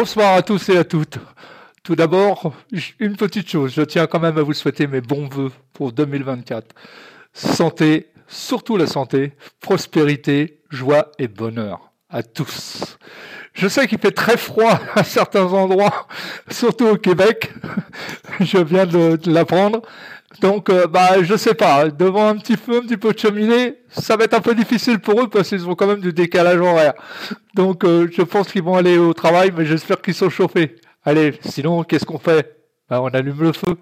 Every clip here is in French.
Bonsoir à tous et à toutes. Tout d'abord, une petite chose, je tiens quand même à vous souhaiter mes bons voeux pour 2024. Santé, surtout la santé, prospérité, joie et bonheur à tous. Je sais qu'il fait très froid à certains endroits, surtout au Québec. Je viens de l'apprendre. Donc, je sais pas, devant un petit feu, un petit peu de cheminée, ça va être un peu difficile pour eux parce qu'ils ont quand même du décalage horaire. Donc, je pense qu'ils vont aller au travail, mais j'espère qu'ils sont chauffés. Allez, sinon, qu'est-ce qu'on fait? On allume le feu.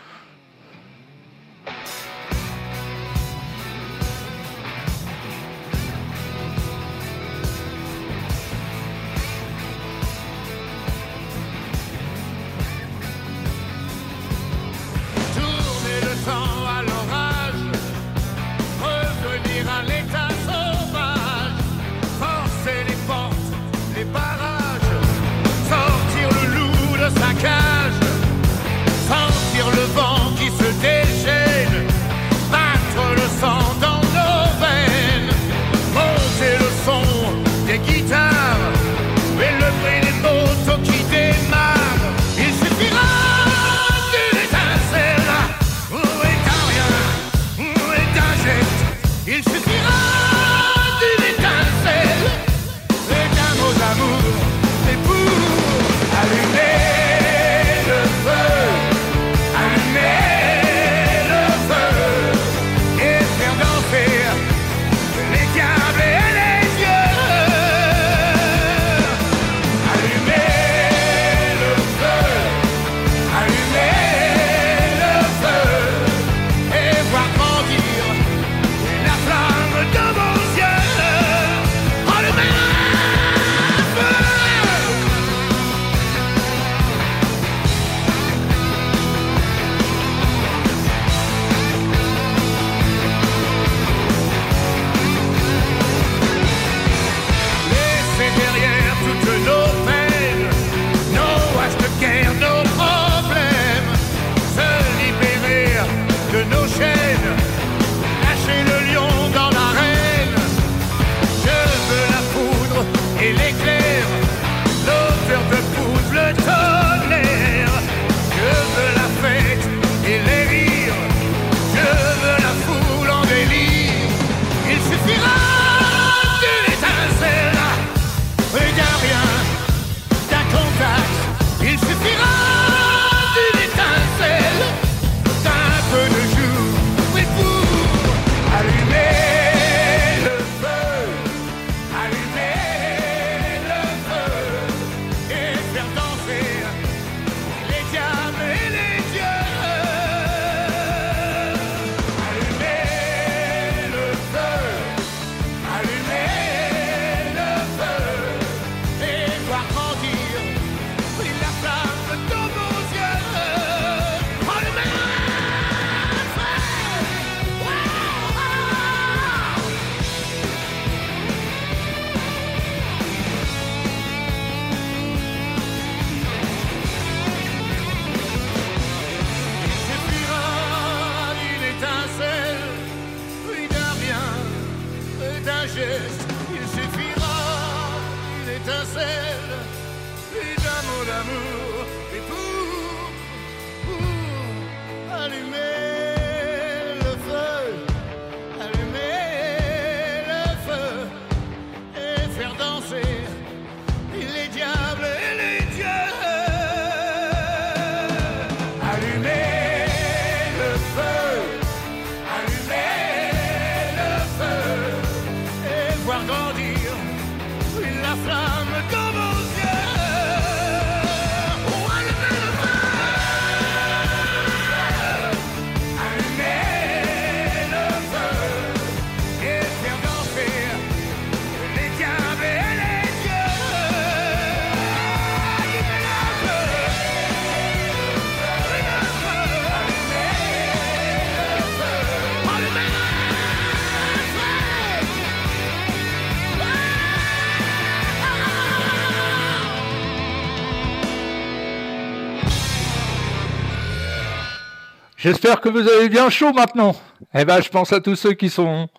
J'espère que vous avez bien chaud maintenant. Je pense à tous ceux qui sont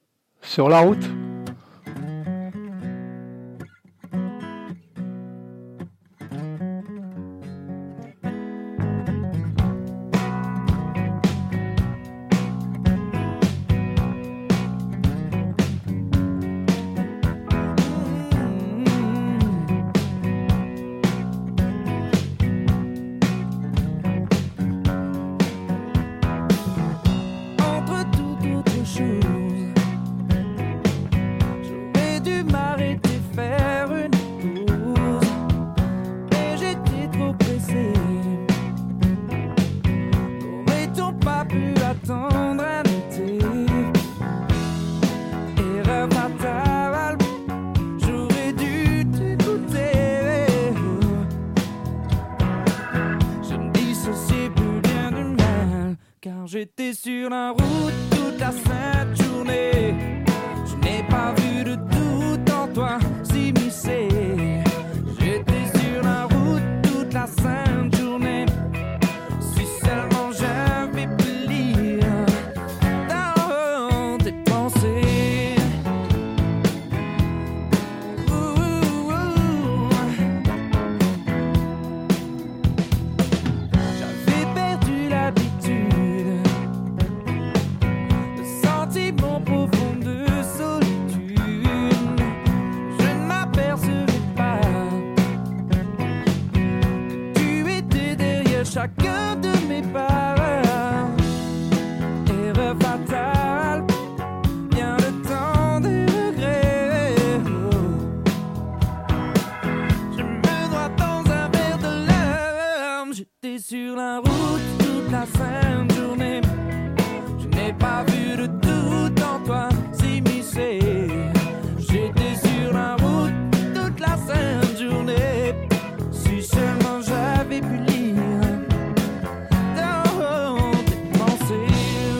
sur la route. j'étais sur la route toute la sainte journée. Je n'ai pas vu de doute en toi s'immiscer. J'étais sur la route toute la sainte journée. Si seulement j'avais pu lire dans tes pensées. J'avais perdu l'habitude de sentiments profonds de solitude. Je ne m'apercevais pas que tu étais derrière chacun de mes pas. Erreur fatale, bien le temps des regrets. Je me noie dans un verre de larmes. J'étais sur la route toute la sainte journée. Je n'ai pas vu de doute en toi s'immiscer. J'étais sur la route toute la sainte journée. Si seulement j'avais pu lire dans tes pensées.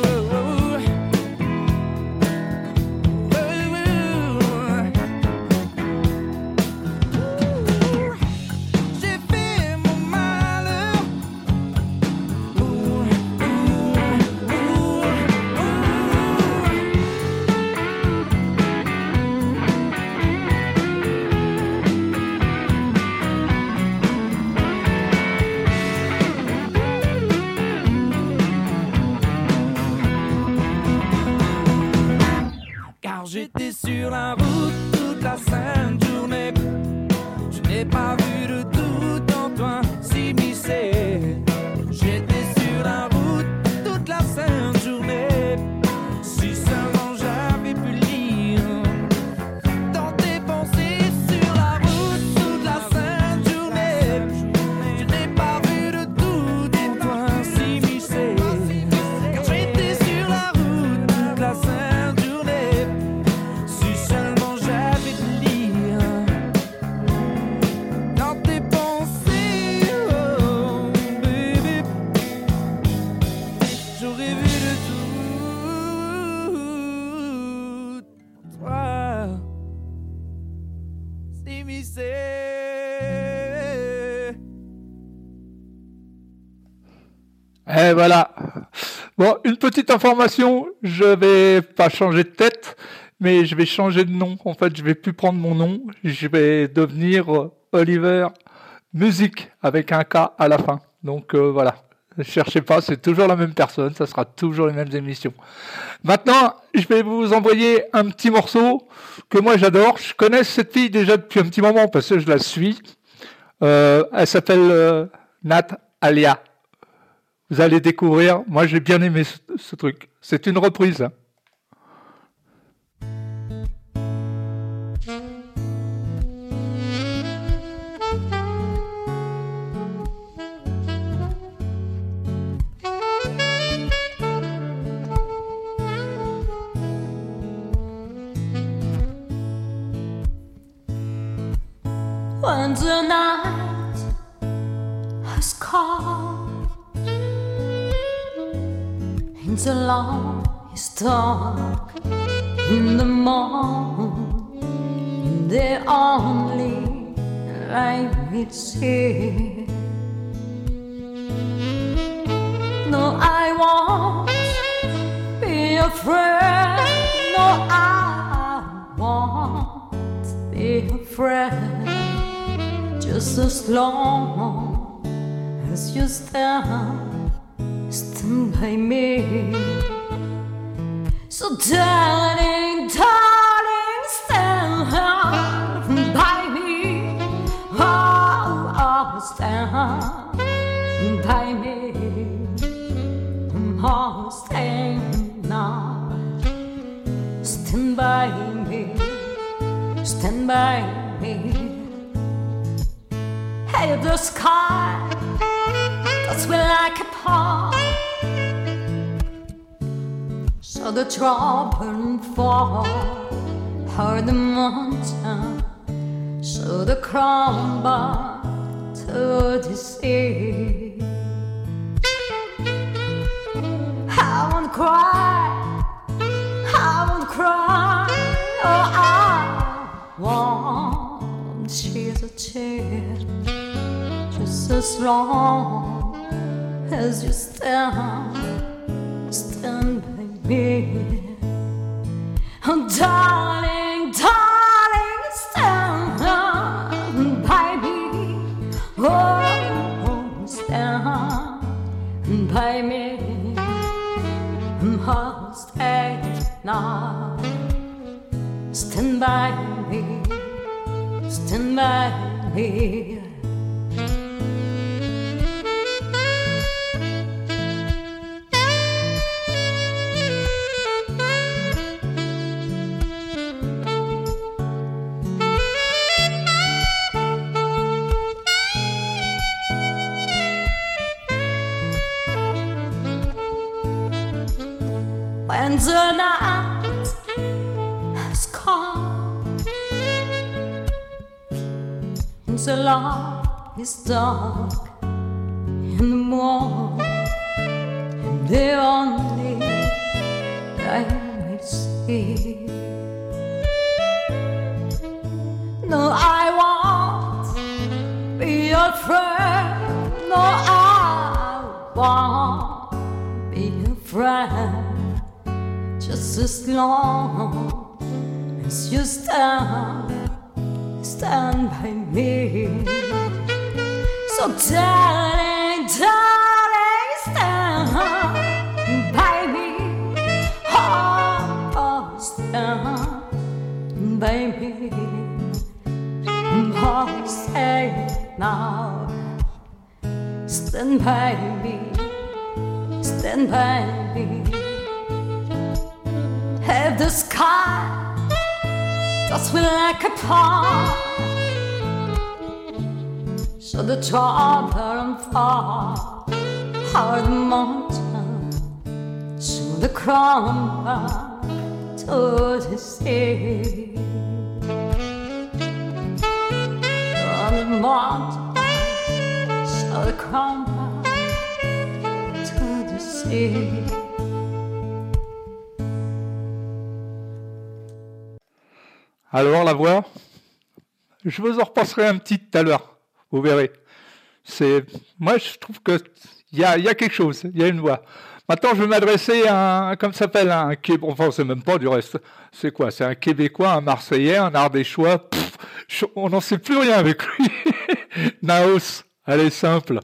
J'ai fait mon malheur. Car j'étais sur la route toute la sainte journée. Je n'ai pas vu de doute en toi s'immiscer. J'étais sur la route toute la sainte journée. Si seulement j'avais pu lire dans tes pensées. Sur la route toute la sainte journée. Je n'ai pas vu de doute en toi s'immiscer. Car j'étais sur la route toute la sainte journée. Si seulement j'avais pu lire dans tes pensées, oh baby. J'aurais vu de tout toi s'immiscer. Et voilà. Bon, une petite information, je vais pas changer de tête, mais je vais changer de nom. En fait, je vais plus prendre mon nom, je vais devenir Oliver Music avec un K à la fin. Donc voilà, ne cherchez pas, c'est toujours la même personne, ça sera toujours les mêmes émissions. Maintenant, je vais vous envoyer un petit morceau que moi j'adore. Je connais cette fille déjà depuis un petit moment parce que je la suis. Elle s'appelle Nat Alia. Vous allez découvrir. Moi, j'ai bien aimé ce truc. C'est une reprise. Hein. When the night has come and the light is dark in the morning, the only light we see. No, I won't be afraid. No, I won't be afraid. Just as long as you stand by me. So darling, darling, stand by me. Oh, stand by me. Oh, stand now. Stand by me. Stand by me. Hey, the sky, cause we like a part. So the drop and fall, or the mountain, so the crumble to the sea. chair just as long as you stand by me. Oh, darling, darling, stand by me. Oh, stand by me. Oh, stay now. Stand by me. Stand by me. When the night has come and the light is dark and the moon and the only I will see. No, I won't be your friend. No, I won't be your friend. Just as long as you stand by me. So darling, darling, stand by me. Oh, stand by me. Oh, say now, stand by me, stand by me. Have the sky that's like a pond, so the trouble and fall are the mountain, so the crumble to the sea. On the mountain, so the crumble to the sea. Alors la voix, je vous en repasserai un petit tout à l'heure, vous verrez. Moi je trouve que il y a quelque chose, il y a une voix. Maintenant je vais m'adresser à comme ça s'appelle un Québécois, enfin c'est même pas du reste. C'est quoi? C'est un Québécois, un Marseillais, un Ardéchois. On n'en sait plus rien avec lui. Naos, elle est simple.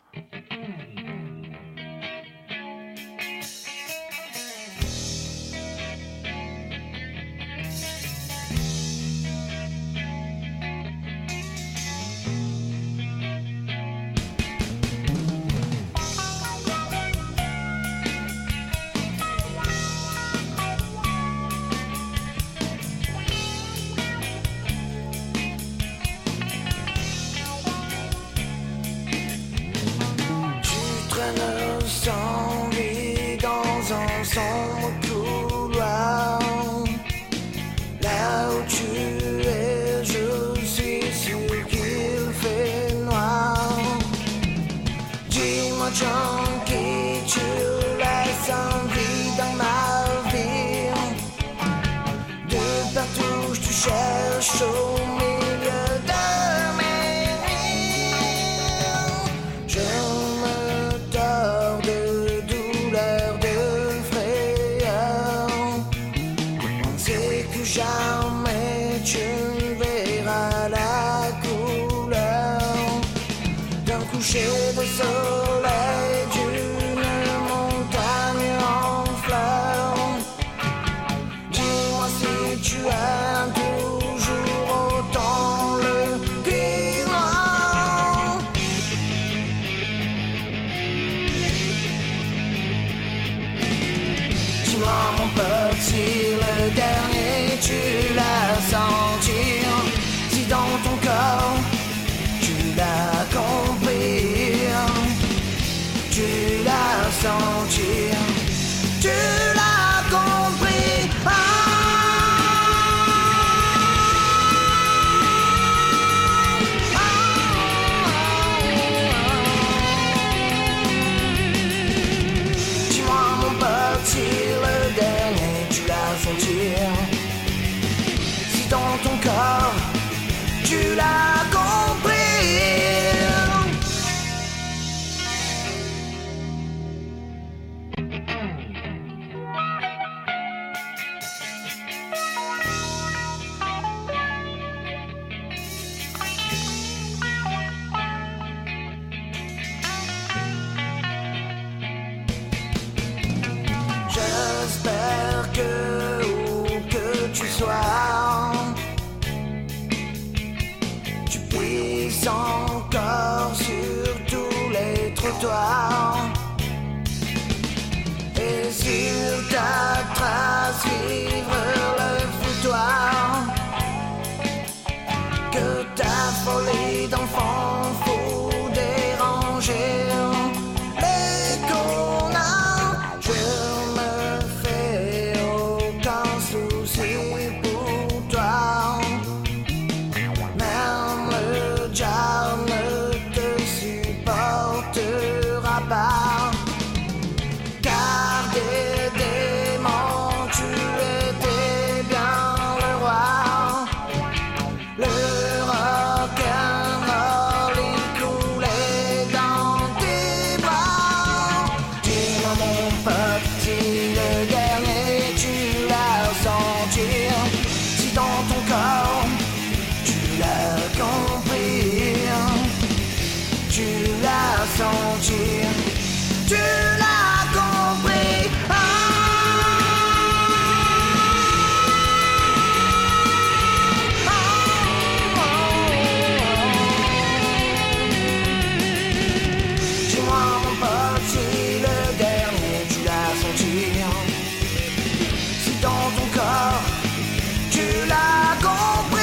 Sans vie dans un sombre couloir, là où tu es, je suis sûr qu'il fait noir. Dis-moi, John, qui tu laisses envie dans ma vie. De partout tu cherches au milieu de mes nuits. Je me tords de douleur, de frayeur. Pensez que jamais tu ne verras la couleur d'un coucher de soleil, d'une montagne en fleurs. Dis-moi si tu aimes toujours autant le gris noir. Dis-moi mon petit, le dernier tu l'as senti. Si dans ton corps tu l'as compris, tu l'as senti, tu l'as compris. Dis-moi mon petit, le dernier tu l'as senti. Si dans ton corps tu l'as compris. foutoir. Et sur ta trace vivre le foutoir. Que ta folie d'enfant faut déranger. Les connards, je me fais aucun souci pour toi. Même le diable ne te supportera pas. Car des démons, tu étais bien le roi. Le rock'n'roll, il coulait dans tes bras. Dis-moi mon pote, si le dernier tu l'as senti. Si dans ton corps, tu l'as compris. Tu l'as senti, tu l'as compris. Dis-moi mon pote si le dernier tu l'as senti. Si dans ton corps tu l'as compris.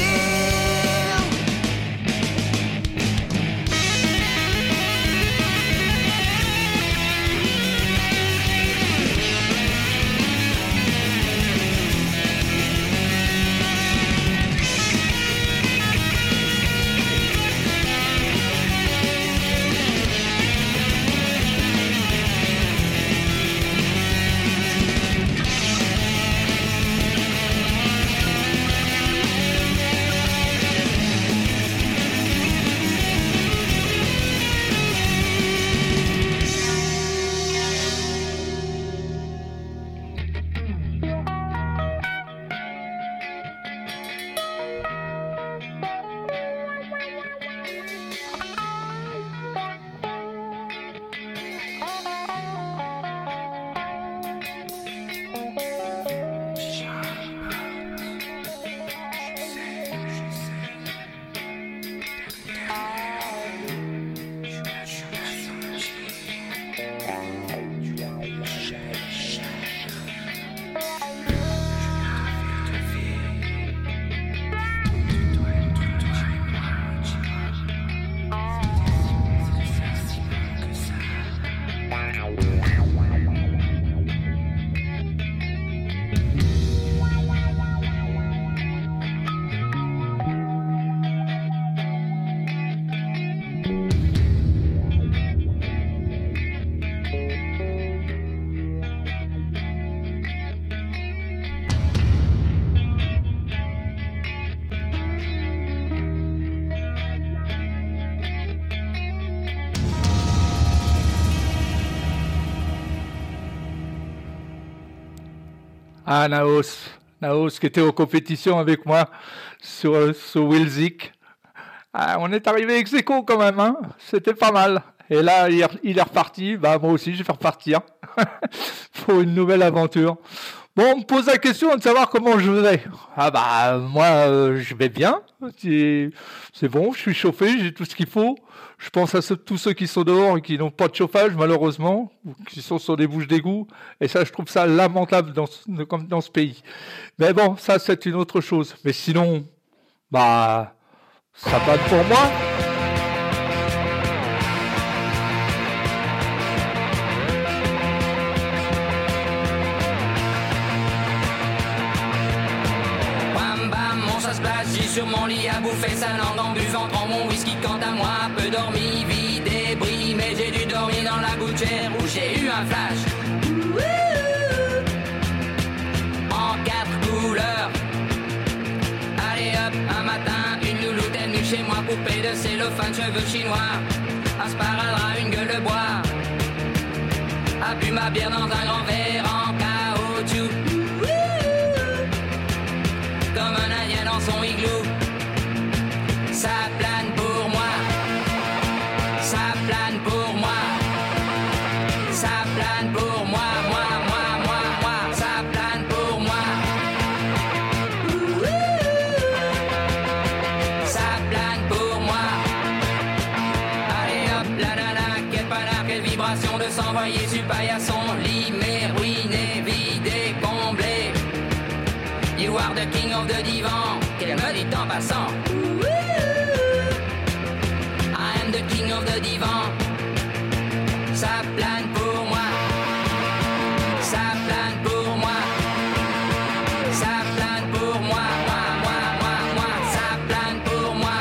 Ah, Naos qui était en compétition avec moi sur Wilzik. Ah, on est arrivé ex aequo quand même, hein. C'était pas mal. Et là, il est reparti. Bah, moi aussi, je vais repartir pour une nouvelle aventure. Bon, on me pose la question de savoir comment je vais. Ah bah, moi, je vais bien. C'est bon, je suis chauffé, j'ai tout ce qu'il faut. Je pense à tous ceux qui sont dehors et qui n'ont pas de chauffage, malheureusement, ou qui sont sur des bouches d'égout. Et ça, je trouve ça lamentable dans ce pays. Mais bon, ça, c'est une autre chose. Mais sinon, bah, ça passe pour moi. Bam bam, mon chasse place, j'ai sur mon lit à bouffer sa langue en buvant, prends mon whisky quant à moi, peu dormi, vie débris, mais j'ai dû dormir dans la gouttière où j'ai eu un flash. En 4 couleurs. Allez hop, un matin, une louloute est venue chez moi, poupée de cellophane, cheveux chinois, un sparadrap, une gueule de bois, a bu ma bière dans un grand verre en caoutchouc, comme un indien dans son igloo. Ça plane pour moi, ça plane pour moi, ça plane pour moi, moi, ça plane pour moi. Ça plane pour moi. Allez hop, la nana, qu'est pas là. de s'envoyer sur paillasson, limé, ruiné, vidé, comblé. You are the king of the divan, qu'elle me dit en passant. I am the king of the divan. Ça plane pour moi. Ça plane pour moi. Ça plane pour moi. Moi. Ça plane pour moi.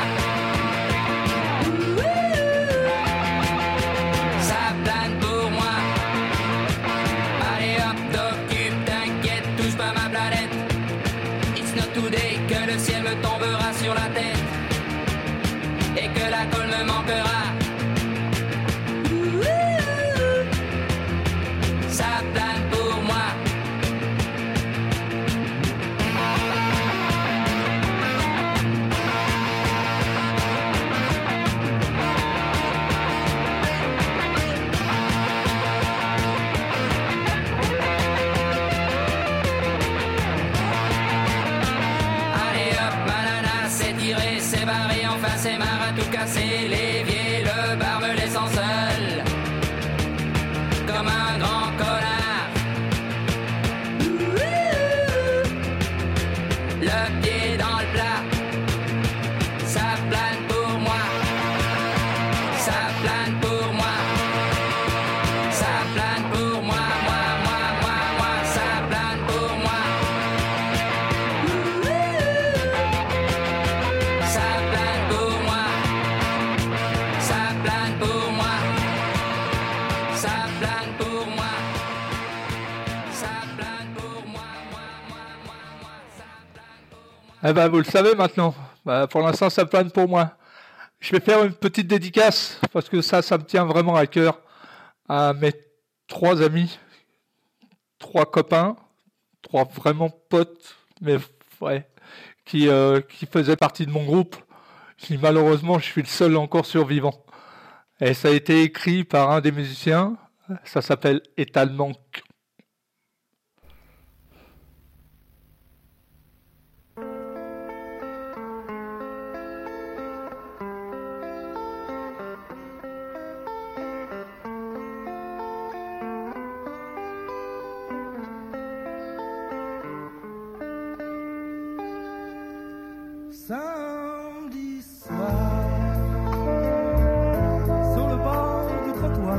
Ça plane pour moi. Allez hop, t'occupe, t'inquiète, touche pas ma planète. It's not today que le ciel me tombera sur la tête et que la colle me manquera. Ça plane pour moi. Allez hop, banana, c'est tiré, c'est barré, enfin c'est marre à tout casser. L'évier, le bar me laissant seul comme un grand connard. Le pied dans le plat. Ça plane pour moi. Ça plane pour moi. Ça plane pour moi. Moi. Ça plane pour moi. Ça plane pour moi. Ça plane pour moi. Ça plane pour moi. Ça plane pour moi. Ça plane pour moi. Eh ben, vous le savez maintenant. Bah, pour l'instant, ça plane pour moi. Je vais faire une petite dédicace parce que ça me tient vraiment à cœur à mes 3 amis, 3 copains, 3 vraiment potes, mais ouais, qui faisaient partie de mon groupe. Malheureusement, je suis le seul encore survivant. Et ça a été écrit par un des musiciens. Ça s'appelle Étalement. Samedi soir, sur le bord du trottoir,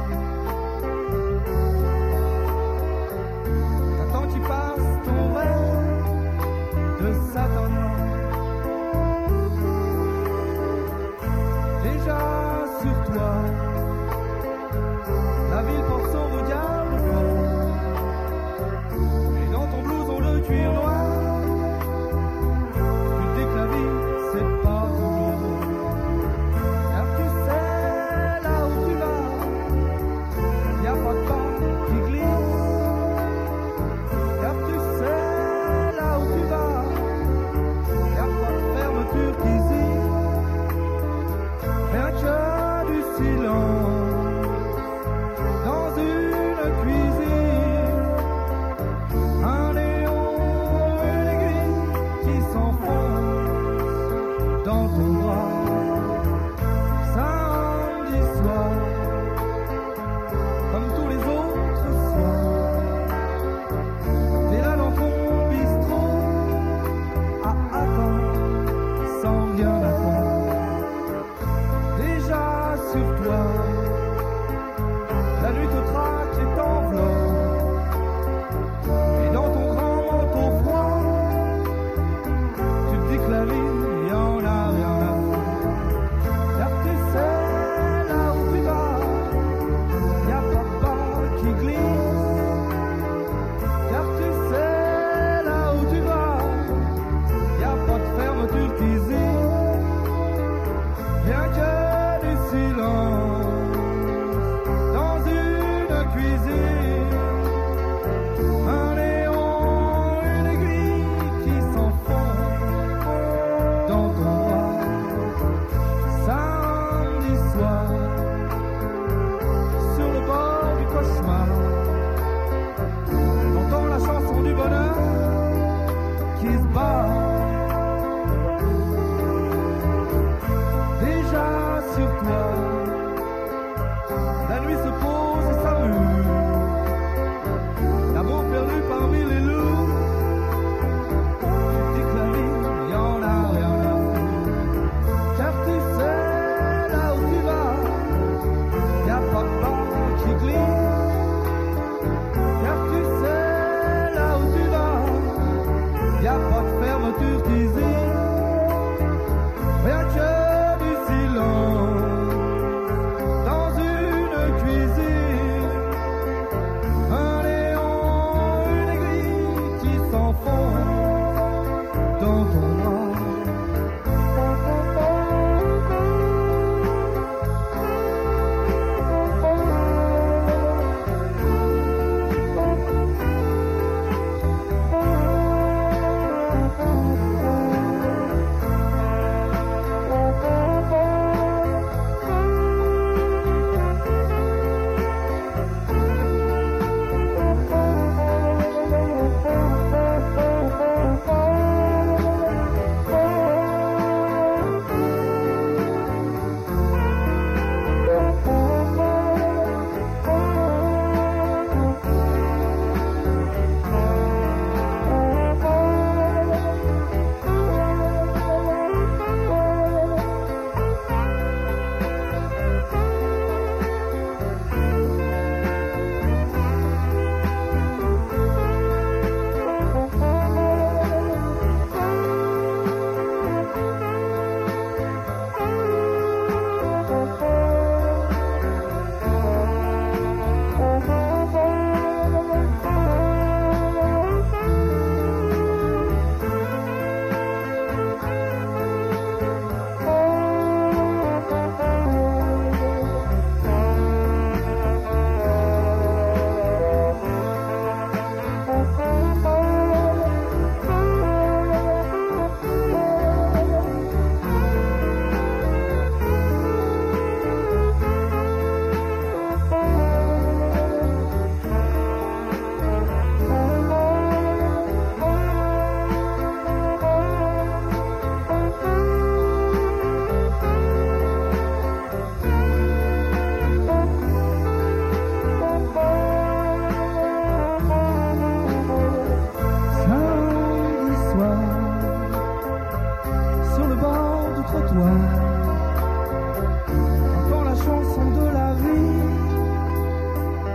t'attends qu'il passe ton rêve de Satan noir. Déjà sur toi, la ville porte son regard blanc, et dans ton blouson de cuir noir, la vie, c'est pas toujours. Car tu sais là où tu vas, y a pas de pas qui glisse. Car tu sais là où tu vas, y a pas de fermeture qu'ici. Rien que du silence dans une cuisine. Un néon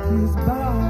his bar.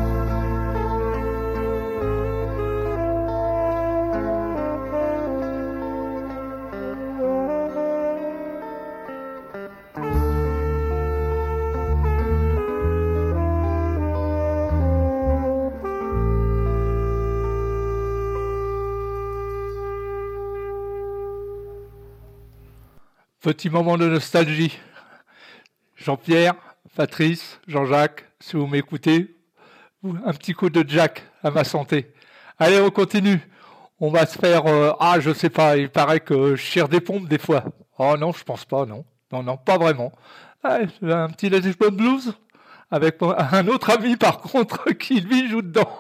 Petit moment de nostalgie. Jean-Pierre, Patrice, Jean-Jacques, si vous m'écoutez, un petit coup de Jack à ma santé. Allez, on continue. On va se faire... je sais pas, il paraît que je tire des pompes des fois. Oh non, je pense pas, non. Non, pas vraiment. Allez, un petit Let's Blues avec un autre ami, par contre, qui lui joue dedans.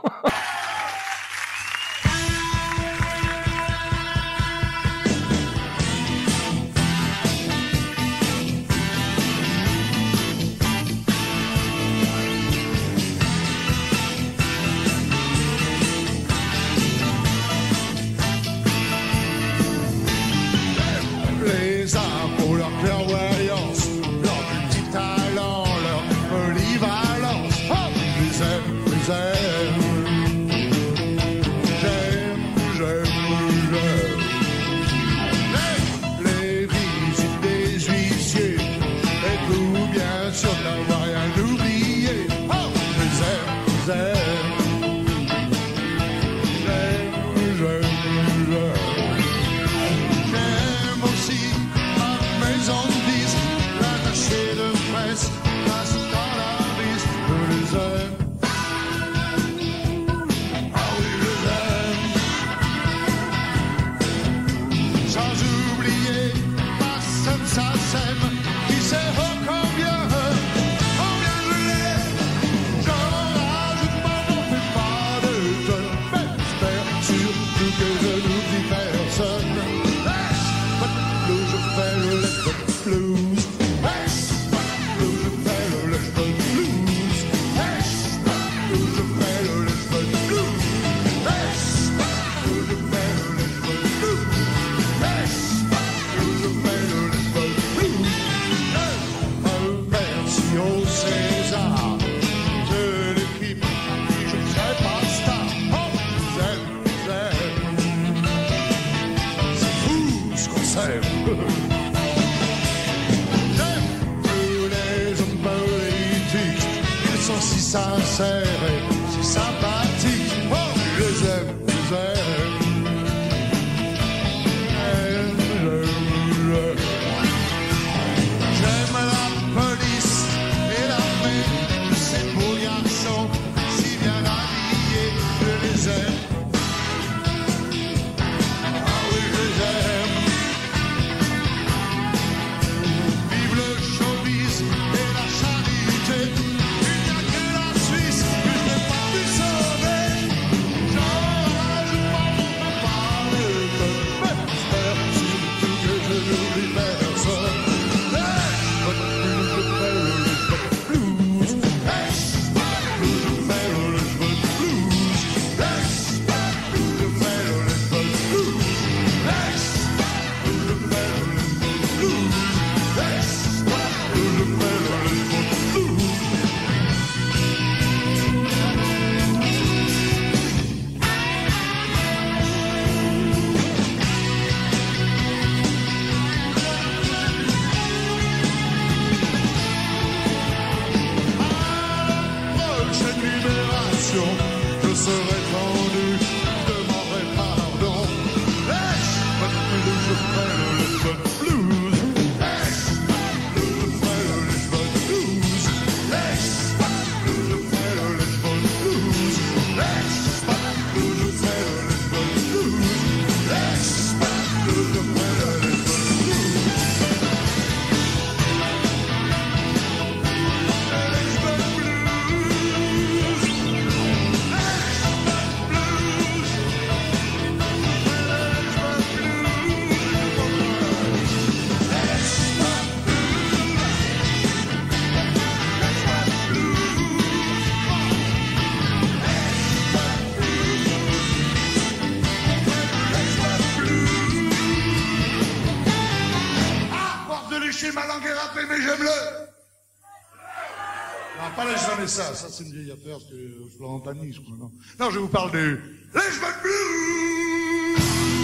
mais ça c'est une vieille affaire, parce que Florent Pagny, je crois, non. Non, je vous parle des... Les cheveux bleus.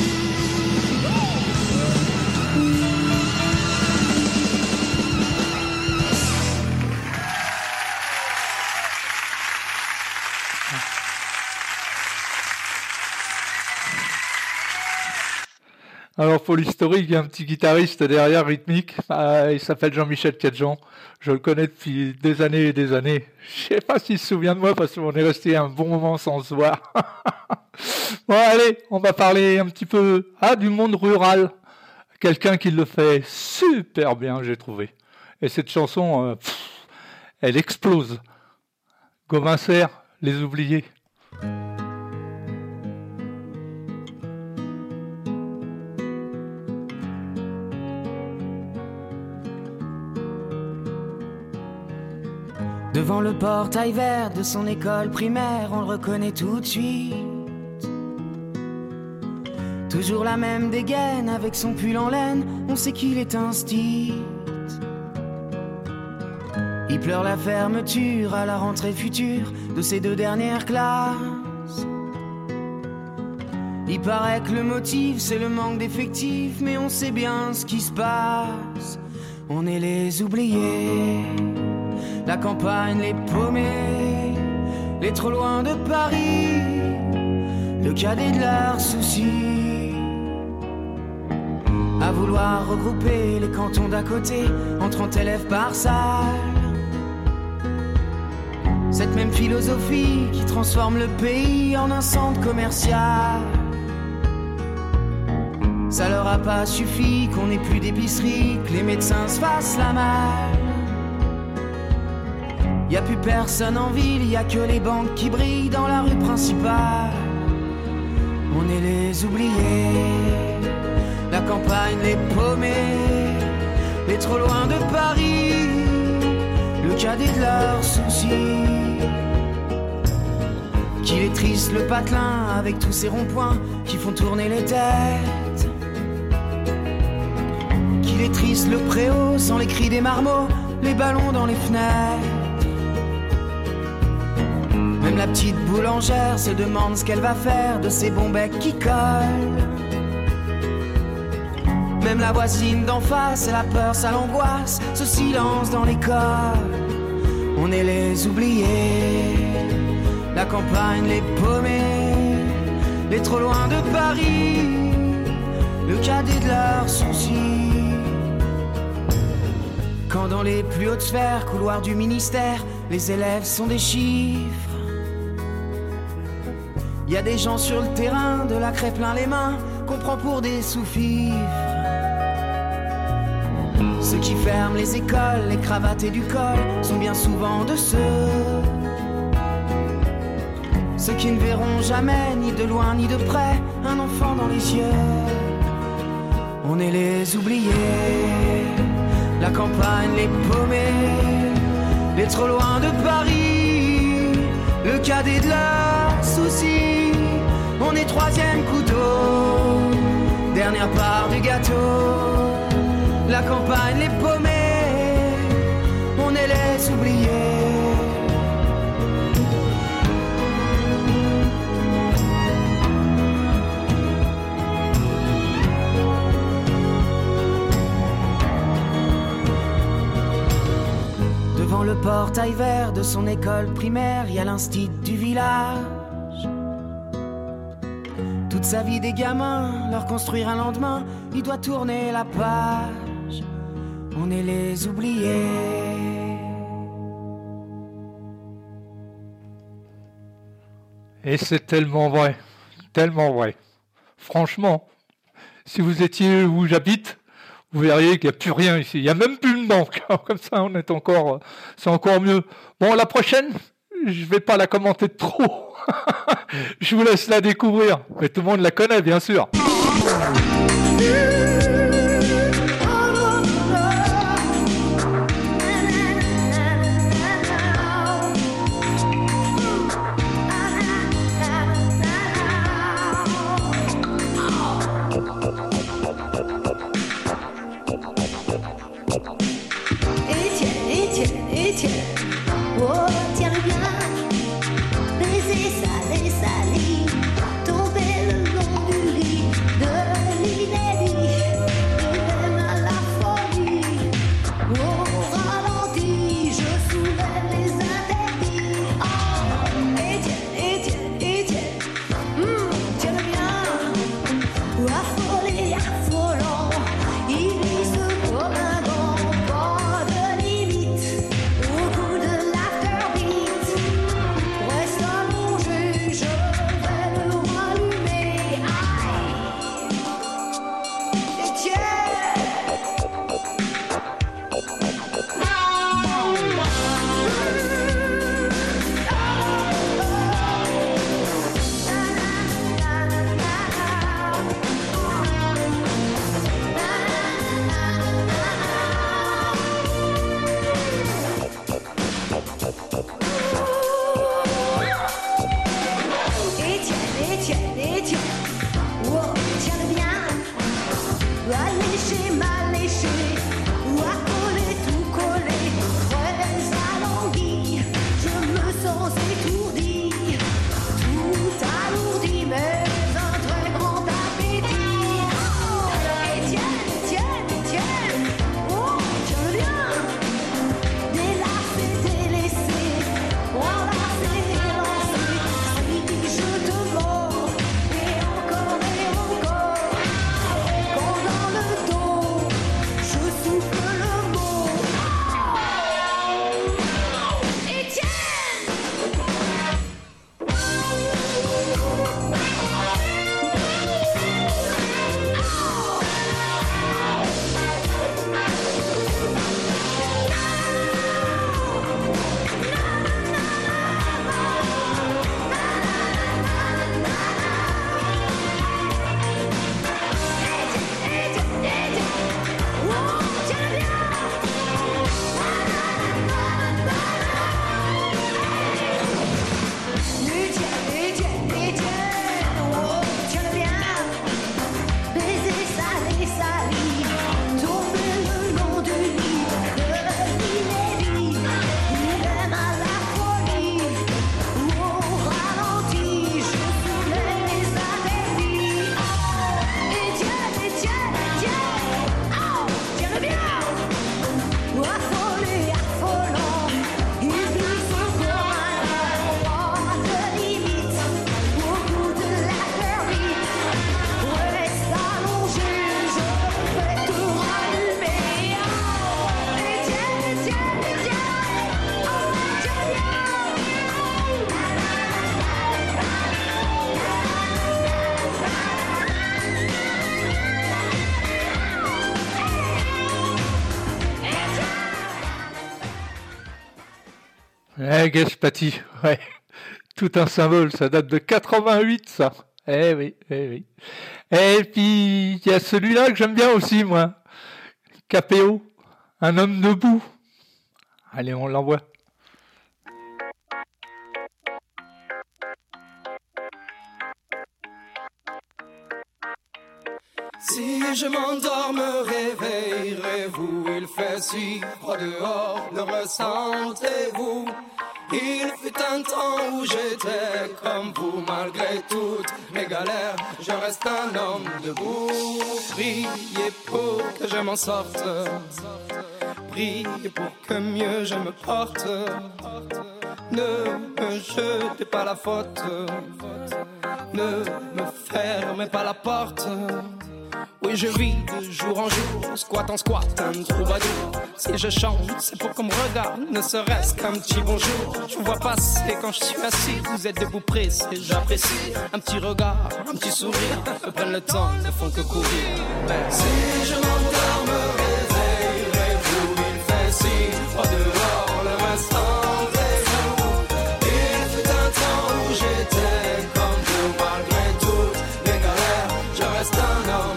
Alors pour l'historique, il y a un petit guitariste derrière rythmique, il s'appelle Jean-Michel Cadjean. Je le connais depuis des années et des années. Je sais pas s'il se souvient de moi parce qu'on est resté un bon moment sans se voir. Bon allez, on va parler un petit peu du monde rural. Quelqu'un qui le fait super bien, j'ai trouvé. Et cette chanson, elle explose. Gauvin Serre, Les Oubliés. Devant le portail vert de son école primaire, on le reconnaît tout de suite. Toujours la même dégaine avec son pull en laine, on sait qu'il est un stit. Il pleure la fermeture à la rentrée future de ses 2 dernières classes. Il paraît que le motif c'est le manque d'effectifs, mais on sait bien ce qui se passe. On est les oubliés. La campagne, les paumés, les trop loin de Paris, le cadet de leurs soucis. À vouloir regrouper les cantons d'à côté en 30 élèves par salle. Cette même philosophie qui transforme le pays en un centre commercial. Ça leur a pas suffi qu'on ait plus d'épicerie, que les médecins se fassent la malle. Y a plus personne en ville, y a que les banques qui brillent dans la rue principale. On est les oubliés, la campagne, les paumés, les trop loin de Paris, le cadet de leurs soucis. Qu'il est triste le patelin avec tous ces ronds-points qui font tourner les têtes. Qu'il est triste le préau sans les cris des marmots, les ballons dans les fenêtres. Même la petite boulangère se demande ce qu'elle va faire de ces bons becs qui collent. Même la voisine d'en face, elle a peur, ça l'angoisse, ce silence dans l'école. On est les oubliés, la campagne, les paumés, les trop loin de Paris, le cadet de leurs soucis. Quand dans les plus hautes sphères, couloirs du ministère, les élèves sont des chiffres. Y a des gens sur le terrain, de la craie plein les mains, qu'on prend pour des sous-fifres. Ceux qui ferment les écoles, les cravates et du col, sont bien souvent de ceux qui ne verront jamais, ni de loin ni de près, un enfant dans les yeux. On est les oubliés, la campagne, les paumés, les trop loin de Paris, le cadet de leurs soucis. On est 3e couteau, dernière part du gâteau. La campagne, les paumés, on est les oubliés. Devant le portail vert de son école primaire, y a l'instit du village. Toute sa vie des gamins, leur construire un lendemain, il doit tourner la page. On est les oubliés. Et c'est tellement vrai, tellement vrai. Franchement, si vous étiez où j'habite, vous verriez qu'il n'y a plus rien ici. Il n'y a même plus une banque. Comme ça, on est encore, c'est encore mieux. Bon, la prochaine, je ne vais pas la commenter trop. Je vous laisse la découvrir. Mais tout le monde la connaît, bien sûr. 我将 Gespati, ouais. Tout un symbole, ça date de 88, ça. Eh oui, eh oui. Et puis, il y a celui-là que j'aime bien aussi, moi. KPO, un homme debout. Allez, on l'envoie. Si je m'endors, me réveillerez-vous? Il fait si froid dehors, le ressentez-vous? Il fut un temps où j'étais comme vous, malgré toutes mes galères, je reste un homme debout. Priez pour que je m'en sorte, priez pour que mieux je me porte. Ne me jetez pas la faute, ne me fermez pas la porte. Oui, je vis de jour en jour, squat en squat, un troubadour. Si je chante, c'est pour qu'on me regarde, ne serait-ce qu'un petit bonjour. Je vous vois passer quand je suis assis, vous êtes debout pressé, j'apprécie. Un petit regard, un petit sourire, me prennent le temps, ne font que courir. Si je m'endors, me réveillerez-vous? Il fait si froid dehors, le reste rendez-vous. Il fut un temps où j'étais comme vous, malgré toutes mes galères, je reste un homme.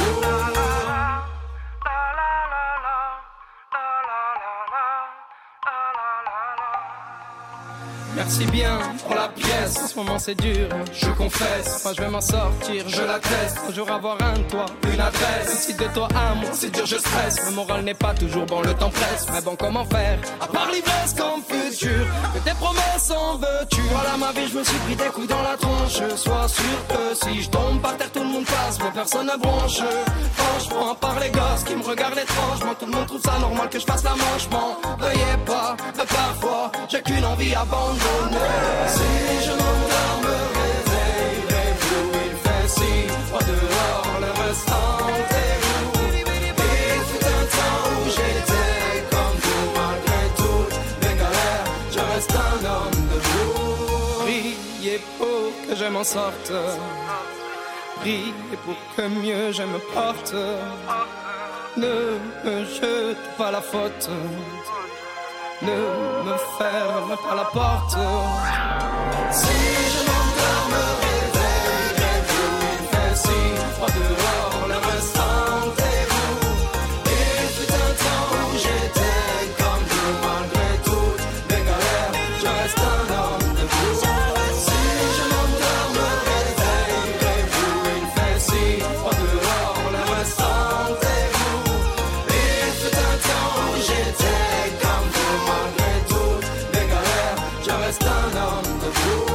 Merci bien pour la pièce, en ce moment c'est dur, je confesse. Moi je vais m'en sortir, je l'atteste. Toujours avoir un toit, une adresse. Si de toi à moi, c'est dur, je stresse. Le moral n'est pas toujours bon, le temps presse. Mais bon, comment faire, à part l'ivresse comme futur? Que tes promesses en veux-tu? Voilà ma vie, je me suis pris des coups dans la tronche. Sois sûr que si je tombe par terre, tout le monde passe, mais personne ne bronche. Franchement, à part les gosses qui me regardent étrangement, tout le monde trouve ça normal que je fasse la manche. M'en veuillez pas, mais parfois, j'ai qu'une envie abandonnée. Si je m'endors, me réveillerez-vous? Il fait si froid dehors, le reste rendez-vous. Il fut un temps où j'étais comme vous, malgré toutes mes galères, je reste un homme debout. Priez pour que je m'en sorte, priez pour que mieux je me porte. Ne me jete pas la faute, ne me ferme pas la porte. Si je m'endors, me réveillerez-vous? Il fait si froid dehors, le reste rendez-vous. Il fut un temps où j'étais comme vous, malgré toutes mes galères, je reste un homme debout. Si je m'endors, me réveillerez-vous? Il fait si froid dehors, le reste rendez-vous. Il fut un temps où j'étais comme vous, malgré toutes mes galères, je reste un homme debout.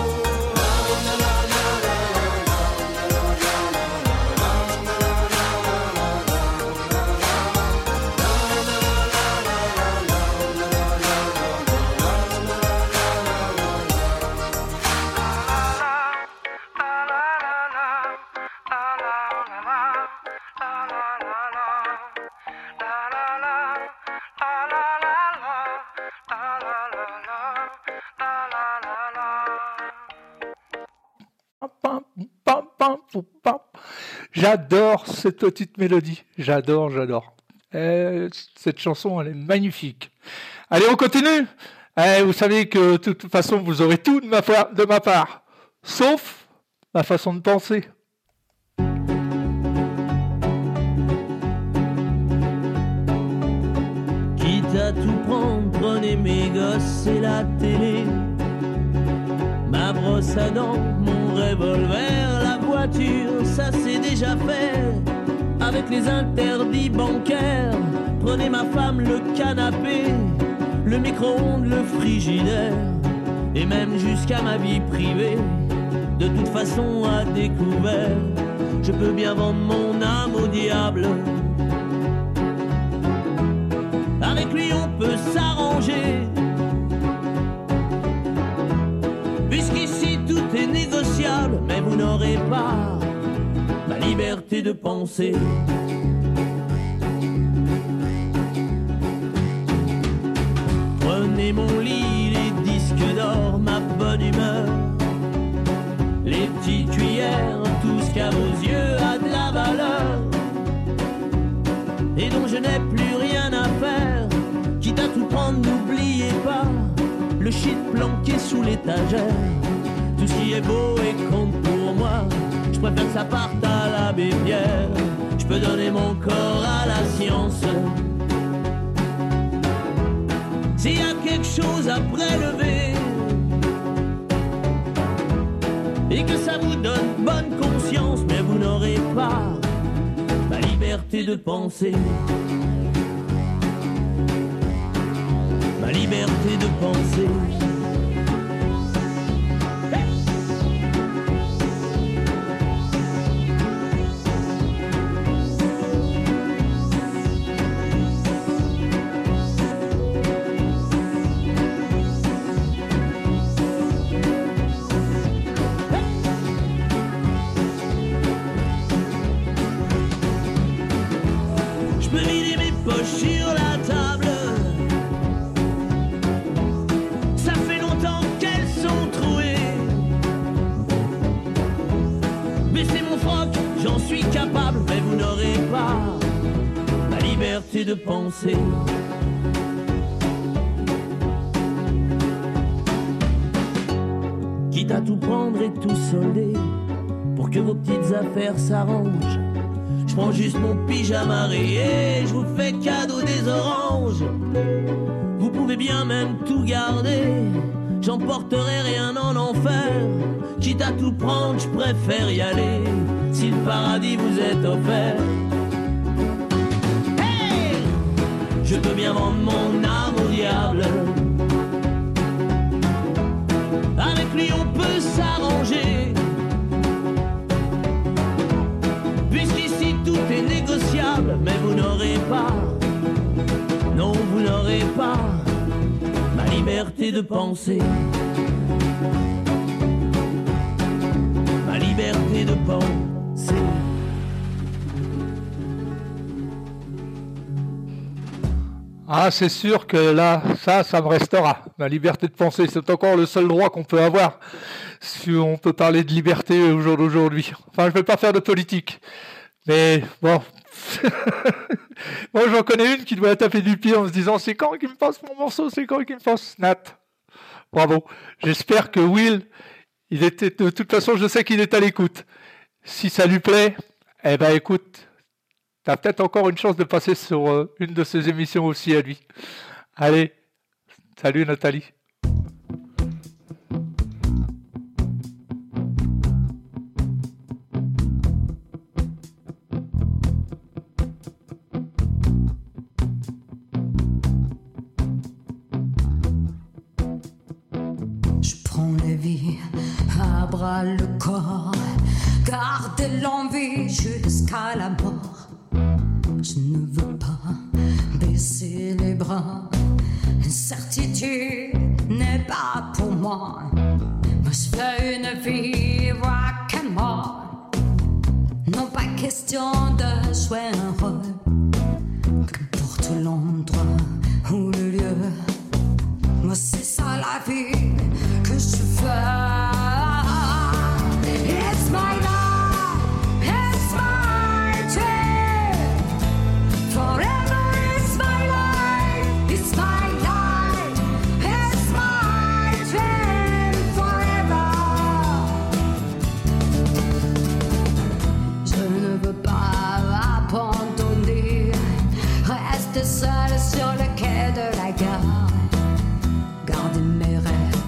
J'adore cette petite mélodie. J'adore. Cette chanson, elle est magnifique. Allez, on continue. Vous savez que de toute façon, vous aurez tout de ma part, sauf ma façon de penser. Quitte à tout prendre, prenez mes gosses et la télé, ma brosse à dents, mon revolver, la voiture, ça c'est déjà fait. Avec les interdits bancaires, prenez ma femme, le canapé, le micro-ondes, le frigidaire, et même jusqu'à ma vie privée. De toute façon à découvert, je peux bien vendre mon âme au diable. Avec lui on peut s'arranger, puisqu'ici tout est négociable, mais vous n'aurez pas ma liberté de penser. Prenez mon lit, les disques d'or, ma bonne humeur, les petites cuillères, tout ce qu'à vos yeux a de la valeur, et dont je n'ai plus rien à faire. Quitte à tout prendre, n'oubliez pas le le shit planqué sous l'étagère. Tout ce qui est beau et compte pour moi, je préfère que ça parte à l'abbé Pierre. Je peux donner mon corps à la science. S'il y a quelque chose à prélever et que ça vous donne bonne conscience, mais vous n'aurez pas la liberté de penser. Ma liberté de penser. De penser. Quitte à tout prendre et tout solder pour que vos petites affaires s'arrangent, je prends juste mon pyjama rayé, je vous fais cadeau des oranges. Vous pouvez bien même tout garder, j'emporterai rien en enfer. Quitte à tout prendre, je préfère y aller si le paradis vous est offert. Je peux bien vendre mon âme au diable. Avec lui on peut s'arranger, puisqu'ici tout est négociable. Mais vous n'aurez pas, non vous n'aurez pas ma liberté de penser. Ma liberté de penser. Ah, c'est sûr que là, ça me restera. Ma liberté de penser, c'est encore le seul droit qu'on peut avoir. Si on peut parler de liberté au jour d'aujourd'hui. Enfin, je ne vais pas faire de politique. Mais bon. Moi, j'en connais une qui doit taper du pied en se disant « C'est quand qu'il me passe mon morceau? C'est quand qu'il me passe Nat ?» Bravo. J'espère que Will, il était, de toute façon, je sais qu'il est à l'écoute. Si ça lui plaît, eh ben écoute... T'as peut-être encore une chance de passer sur une de ces émissions aussi à lui. Allez, salut Nathalie. Je prends la vie à bras le corps, garder l'envie jusqu'à la mort. Je ne veux pas baisser les bras. Incertitude n'est pas pour moi. Moi je fais une vie rock'n'roll. Non pas question de jouer un rôle. Qu'importe l'endroit ou le lieu, moi c'est ça la vie que je fais. It's my life, it's my dream. Forever it's my life, it's my life, it's my dream. Forever. Je ne veux pas abandonner, rester seul sur le quai de la gare, garder mes rêves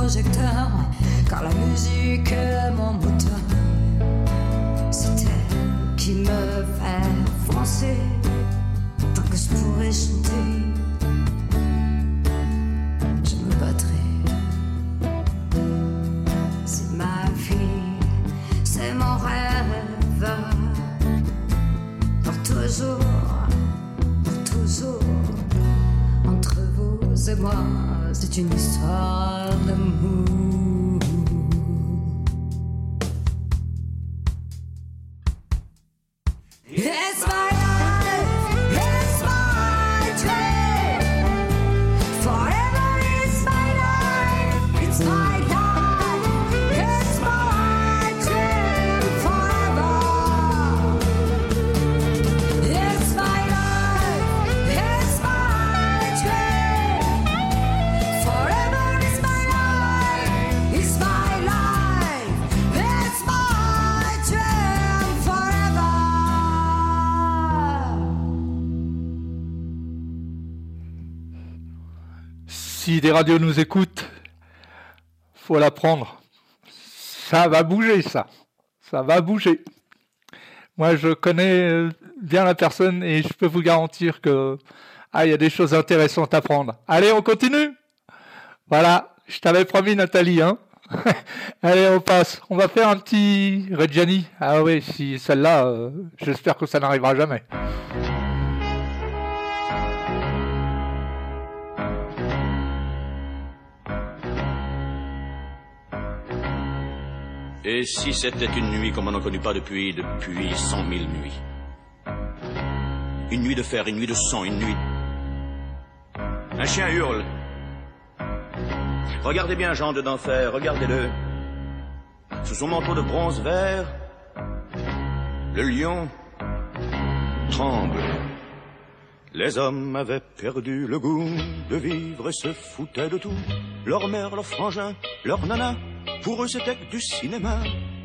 projecteur, car la musique est mon moteur. C'est elle qui me fait foncer, tant que je pourrais chanter, je me battrai. C'est ma vie, c'est mon rêve, pour toujours, entre vous et moi, c'est une histoire d'amour. It's my life, it's my dream, forever it's my life, it's my life, it's my dream, forever. It's my life, it's my dream, forever it's my life, it's my life, it's my dream, forever. Si des radios nous écoutent, faut la prendre. Ça va bouger, ça. Ça va bouger. Moi, je connais bien la personne et je peux vous garantir que il y a des choses intéressantes à prendre. Allez, on continue. Voilà, je t'avais promis, Nathalie, hein. Allez, on passe. On va faire un petit Reggiani. Ah oui, si celle-là, j'espère que ça n'arrivera jamais. Et si c'était une nuit comme on n'en connut pas depuis 100 000 nuits? Une nuit de fer, une nuit de sang, une nuit... Un chien hurle. Regardez bien Jean de d'enfer, regardez-le. Sous son manteau de bronze vert, le lion tremble. Les hommes avaient perdu le goût de vivre et se foutaient de tout. Leur mère, leur frangin, leur nana, pour eux c'était que du cinéma.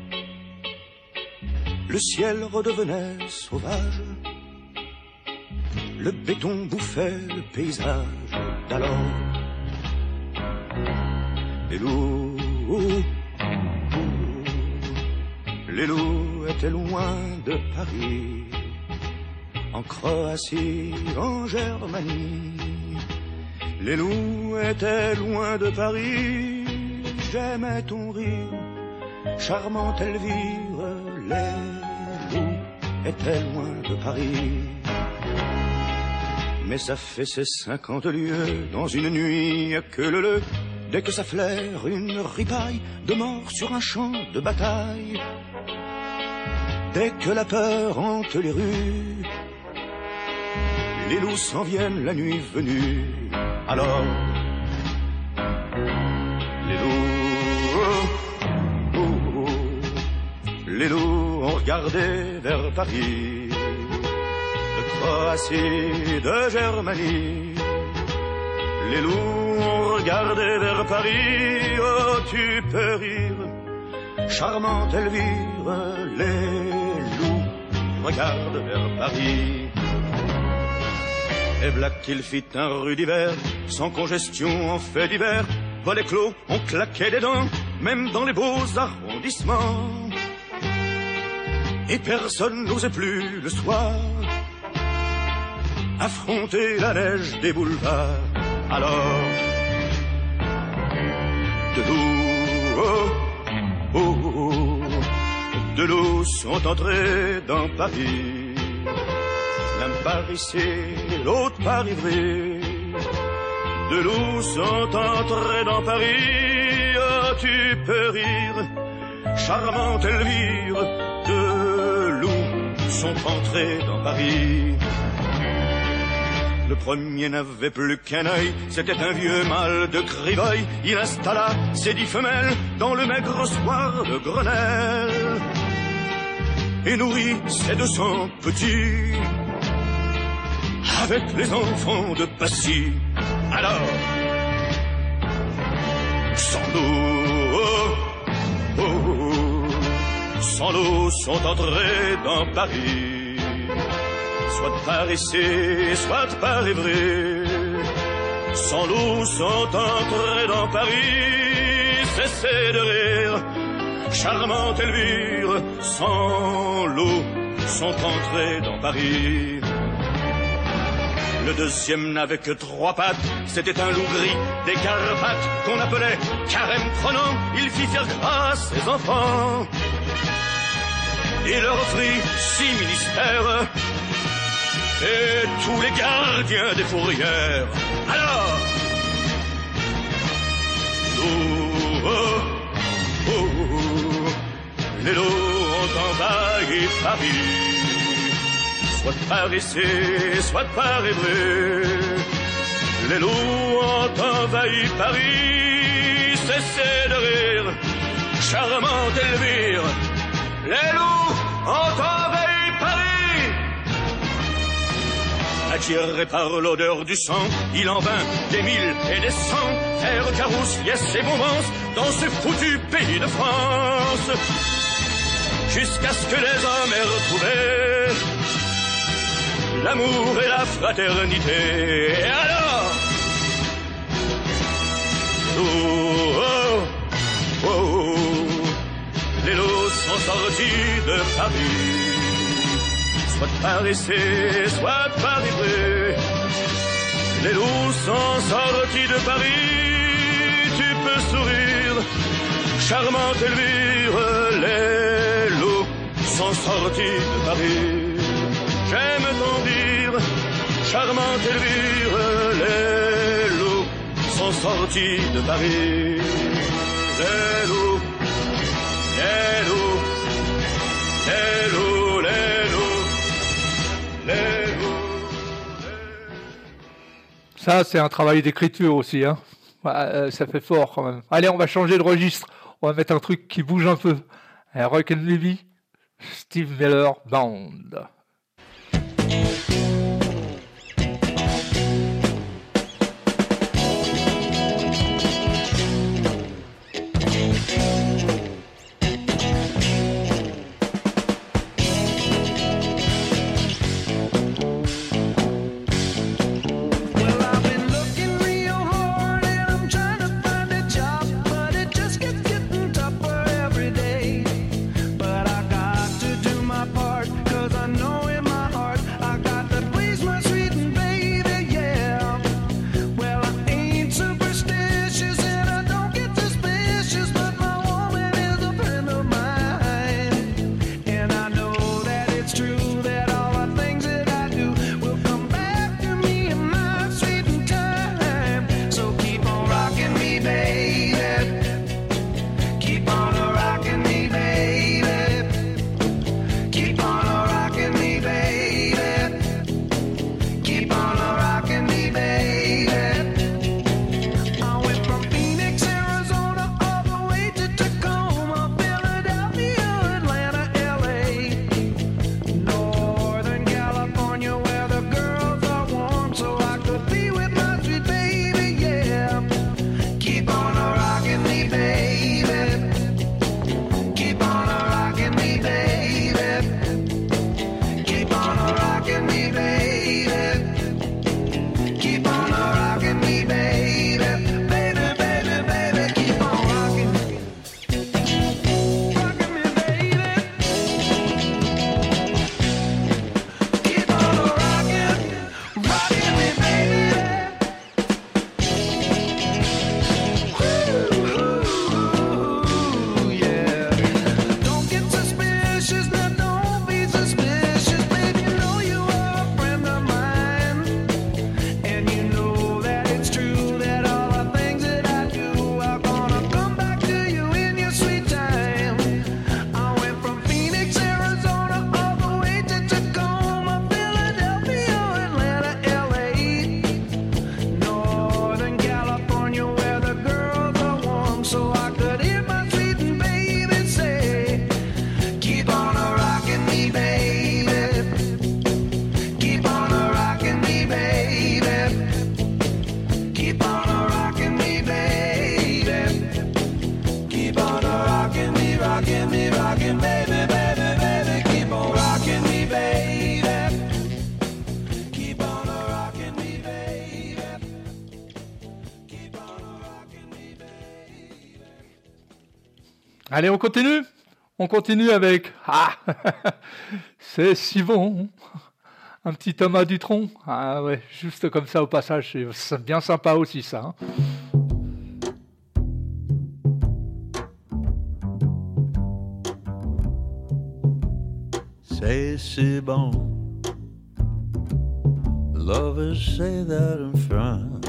Le ciel redevenait sauvage, le béton bouffait le paysage d'alors. Les loups étaient loin de Paris, en Croatie, en Germanie. Les loups étaient loin de Paris, j'aimais ton rire, charmante Elvire. Les loups étaient loin de Paris. Mais ça fait ces 50 lieues dans une nuit que le dès que ça flaire une ripaille de mort sur un champ de bataille. Dès que la peur hante les rues, les loups s'en viennent la nuit venue. Alors, les loups ont regardé vers Paris, de Croatie, de Germanie. Les loups ont regardé vers Paris, oh tu peux rire, charmante Elvire. Les loups regardent vers Paris. Et v'là qu'il fit un rude hiver, sans congestion en fait d'hiver. Volets clos, on claquait des dents, même dans les beaux arrondissements. Et personne n'osait plus le soir affronter la neige des boulevards. Alors, de loups sont entrés dans Paris. L'un par ici, l'autre par Ivry. De loups sont entrés dans Paris. Oh, tu peux rire, charmante Elvire. De loups sont entrés dans Paris. Le premier n'avait plus qu'un œil, c'était un vieux mâle de Crivoy. Il installa ses 10 femelles dans le maigre soir de Grenelle et nourrit ses 200 petits avec les enfants de Passy. Alors, sans l'eau sont entrés dans Paris, soit par ici, soit par Ivry. Sans l'eau sont entrés dans Paris, cessait de rire. Charmante Elvire, sans l'eau, sont entrés dans Paris. Le deuxième n'avait que 3 pattes, c'était un loup gris des Carpates qu'on appelait Carême prenant. Il fit faire grâce ses enfants. Il leur offrit 6 ministères et tous les gardiens des fourrières. Alors, les loups ont envahi Paris, soit par ici, soit par Évry. Les loups ont envahi Paris, cessez de rire, charmante Elvire. Les loups ont envahi Paris. Attiré par l'odeur du sang, il en vint des 1000 et des 100 faire carousse, liesse et bombance dans ce foutu pays de France. Jusqu'à ce que les hommes aient retrouvé l'amour et la fraternité. Et alors, les loups sont sortis de Paris, soit par ici, soit par Évry. Les loups sont sortis de Paris, tu peux sourire, charmante Elvire. Les loups sont sortis de Paris, j'aime ton dire, charmante Elvire. Les loups sont sortis de Paris. Les loups, les loups, les loups, les loups, les loups. Ça, c'est un travail d'écriture aussi, hein. Ça fait fort quand même. Allez, on va changer de registre. On va mettre un truc qui bouge un peu. Rock and Levy, Steve Miller Band. I know Allez, on continue. On continue avec c'est si bon. Un petit Thomas Dutronc. Ah ouais, juste comme ça au passage, c'est bien sympa aussi ça. Hein. C'est si bon. Lovers say that in France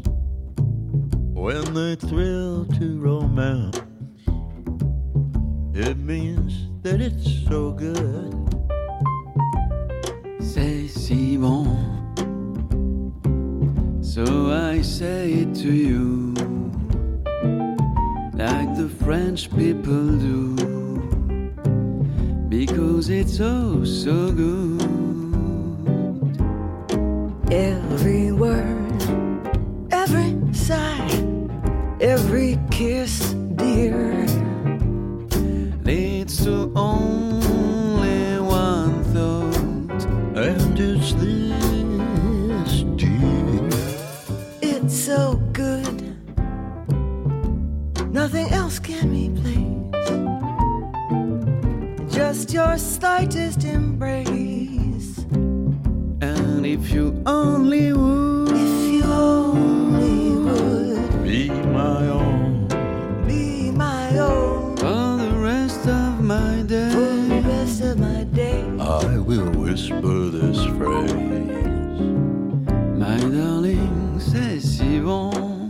when they thrill to romance. It means that it's so good. C'est si bon. So I say it to you, like the French people do, because it's oh so good. Every word, every sigh, every kiss, dear, leads to only one thought, and it's this, dear. It's so good, nothing else can replace just your slightest embrace. And if you only would, be my own, be my own, for the rest of my day, for the rest of my day, I will whisper this phrase. My darling, c'est si bon.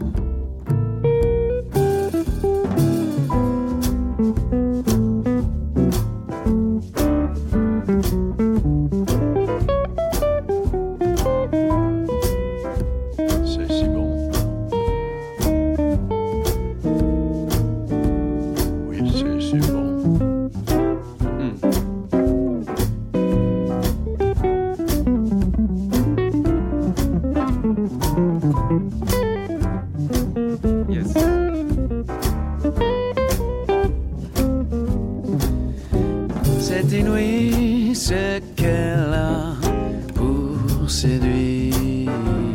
C'est inouï ce qu'elle a pour séduire,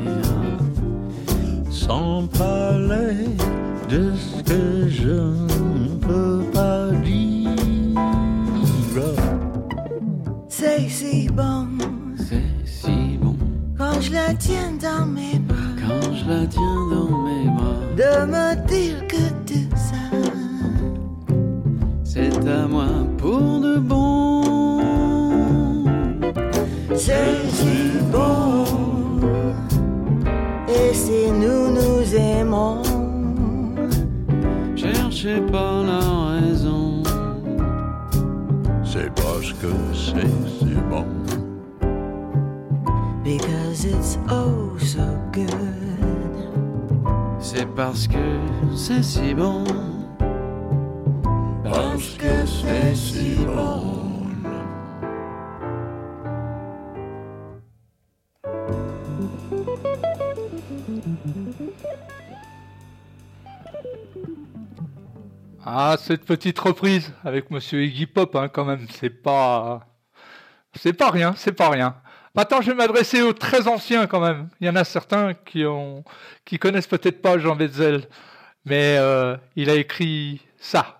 sans parler de ce que je ne peux pas dire. C'est si bon, c'est si bon, quand je la tiens dans mes bras, quand je la tiens dans mes bras, de me dire que tout ça, c'est à moi pour de bon. C'est si bon, et si nous nous aimons, cherchez pas la raison, c'est parce que c'est si bon. Because it's oh so good. C'est parce que c'est si bon, parce que c'est si bon. Ah, cette petite reprise avec Monsieur Iggy Pop, hein, quand même, c'est pas rien, c'est pas rien. Maintenant, je vais m'adresser aux très anciens quand même. Il y en a certains qui connaissent peut-être pas Jean Wetzel, mais il a écrit ça.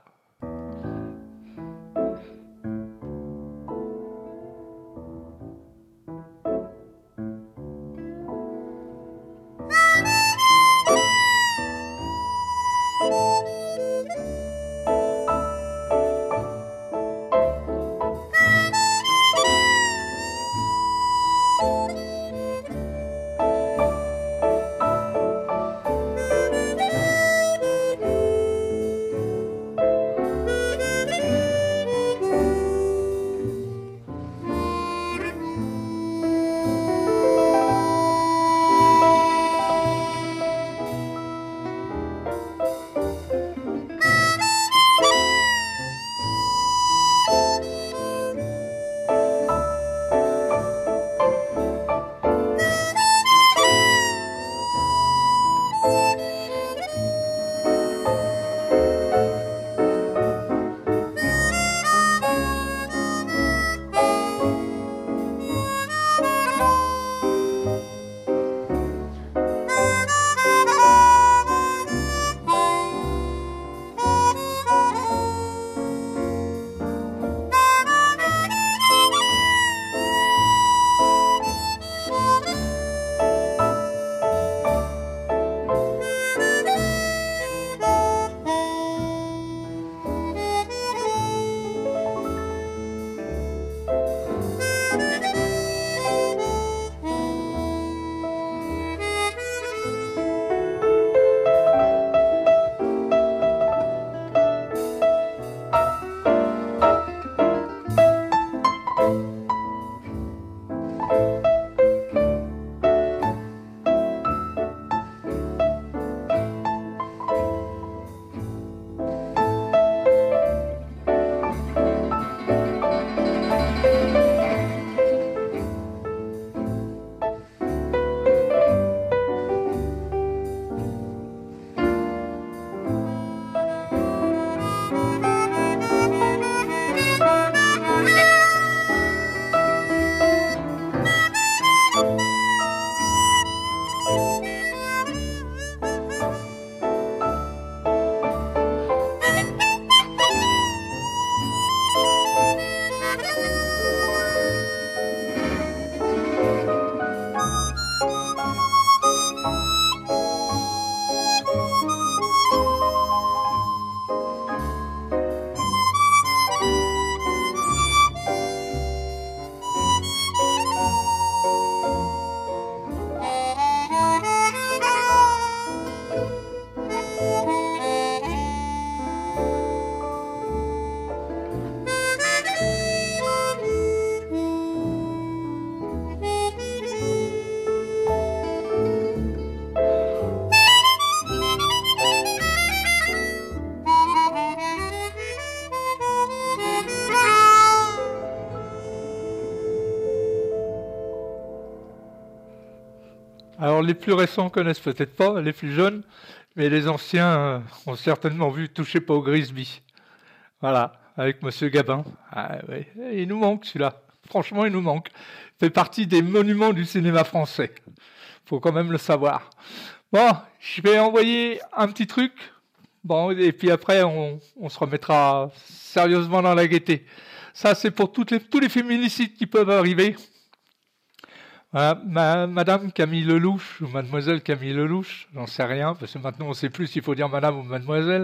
Alors les plus récents connaissent peut-être pas, les plus jeunes, mais les anciens ont certainement vu Touchez pas au Grisby. Voilà, avec Monsieur Gabin. Ah, ouais. Il nous manque celui-là. Franchement, il nous manque. Il fait partie des monuments du cinéma français. Faut quand même le savoir. Bon, je vais envoyer un petit truc. Bon, et puis après, on se remettra sérieusement dans la gaieté. Ça, c'est pour tous les féminicides qui peuvent arriver. Voilà, Madame Camille Lelouch, ou Mademoiselle Camille Lelouch, j'en sais rien, parce que maintenant on ne sait plus s'il faut dire Madame ou Mademoiselle.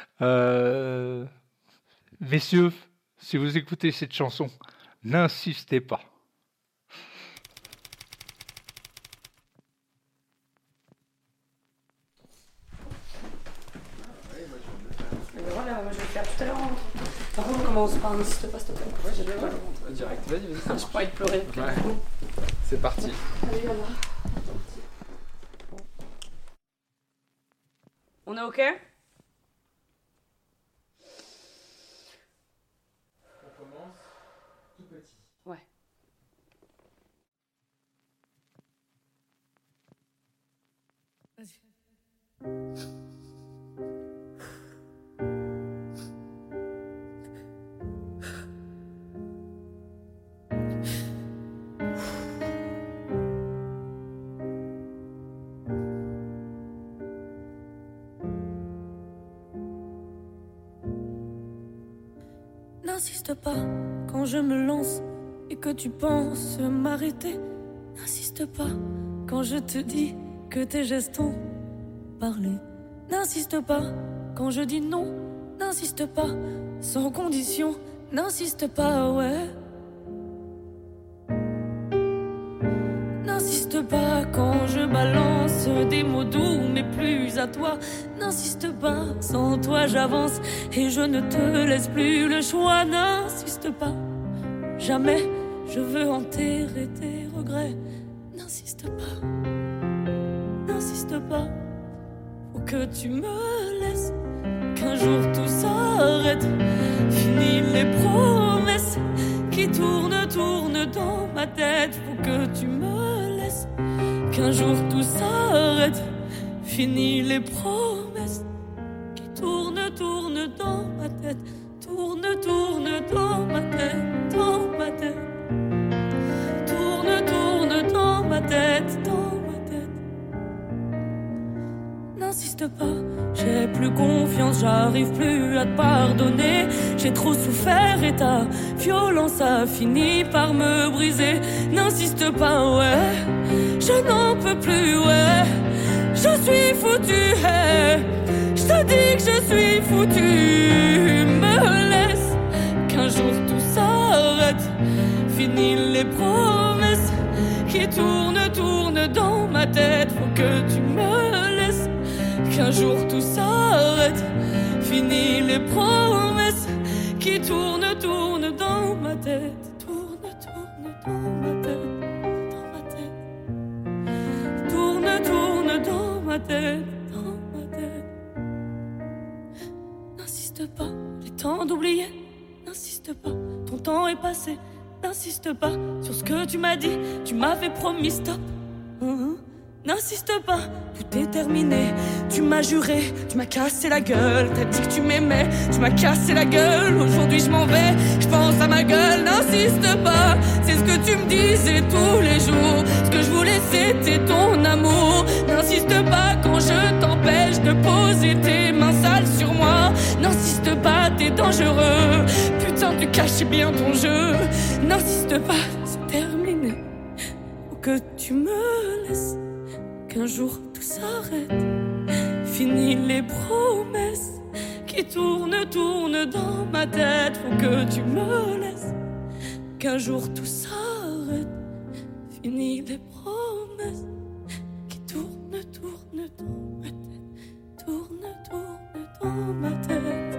Messieurs, si vous écoutez cette chanson, n'insistez pas. Voilà, moi je vais le faire tout à l'heure. Par contre, comment on se parle, n'insiste pas, s'il te plaît. Ouais, j'ai le direct, vas-y. Je peux pas être pleurer. Ouais. C'est parti. Allez, on va. On est OK? On commence tout petit. Ouais. Vas-y. N'insiste pas quand je me lance et que tu penses m'arrêter. N'insiste pas quand je te dis que tes gestes ont parlé. N'insiste pas quand je dis non. N'insiste pas sans condition. N'insiste pas, ouais. N'insiste pas quand je balance des mots doux mais plus à toi. N'insiste pas, sans toi j'avance et je ne te laisse plus le choix. N'insiste pas, jamais je veux enterrer tes regrets. N'insiste pas, n'insiste pas, faut que tu me laisses, qu'un jour tout s'arrête. Fini les promesses qui tournent dans ma tête. Faut que tu me laisses, qu'un jour tout s'arrête. Fini les promesses qui tournent dans ma tête. Tourne dans ma tête, dans ma tête. Tourne dans ma tête, dans ma tête. N'insiste pas, j'ai plus confiance, j'arrive plus à te pardonner. J'ai trop souffert et ta violence a fini par me briser. N'insiste pas, ouais, je n'en peux plus, ouais. Je suis foutu, hey. Je te dis que je suis foutu. Me laisse, qu'un jour tout s'arrête. Fini les promesses qui tournent dans ma tête. Faut que tu me laisses, qu'un jour tout s'arrête. Fini les promesses qui tournent dans ma tête. Tourne dans ma tête, dans ma tête. Tourne dans ma tête, dans ma tête. N'insiste pas, j'ai temps d'oublier. N'insiste pas, ton temps est passé. N'insiste pas sur ce que tu m'as dit. Tu m'avais promis stop. N'insiste pas, tout est terminé. Tu m'as juré, tu m'as cassé la gueule. T'as dit que tu m'aimais, tu m'as cassé la gueule. Aujourd'hui je m'en vais, je pense à ma gueule. N'insiste pas, c'est ce que tu me disais tous les jours. Ce que je voulais c'était ton amour. N'insiste pas quand je t'empêche de poser tes mains sales sur moi. N'insiste pas, t'es dangereux. Putain, tu cachais bien ton jeu. N'insiste pas, c'est terminé. Faut que tu me laisses, qu'un jour tout s'arrête. Fini les promesses qui tournent dans ma tête. Faut que tu me laisses, qu'un jour tout s'arrête. Fini les promesses qui tournent dans ma tête. Tourne dans ma tête.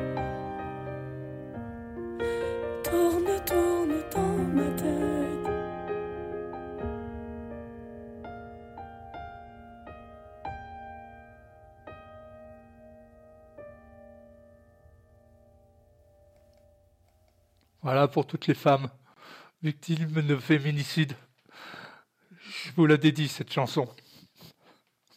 Tourne dans ma tête. Voilà pour toutes les femmes victimes de féminicide. Je vous la dédie, cette chanson.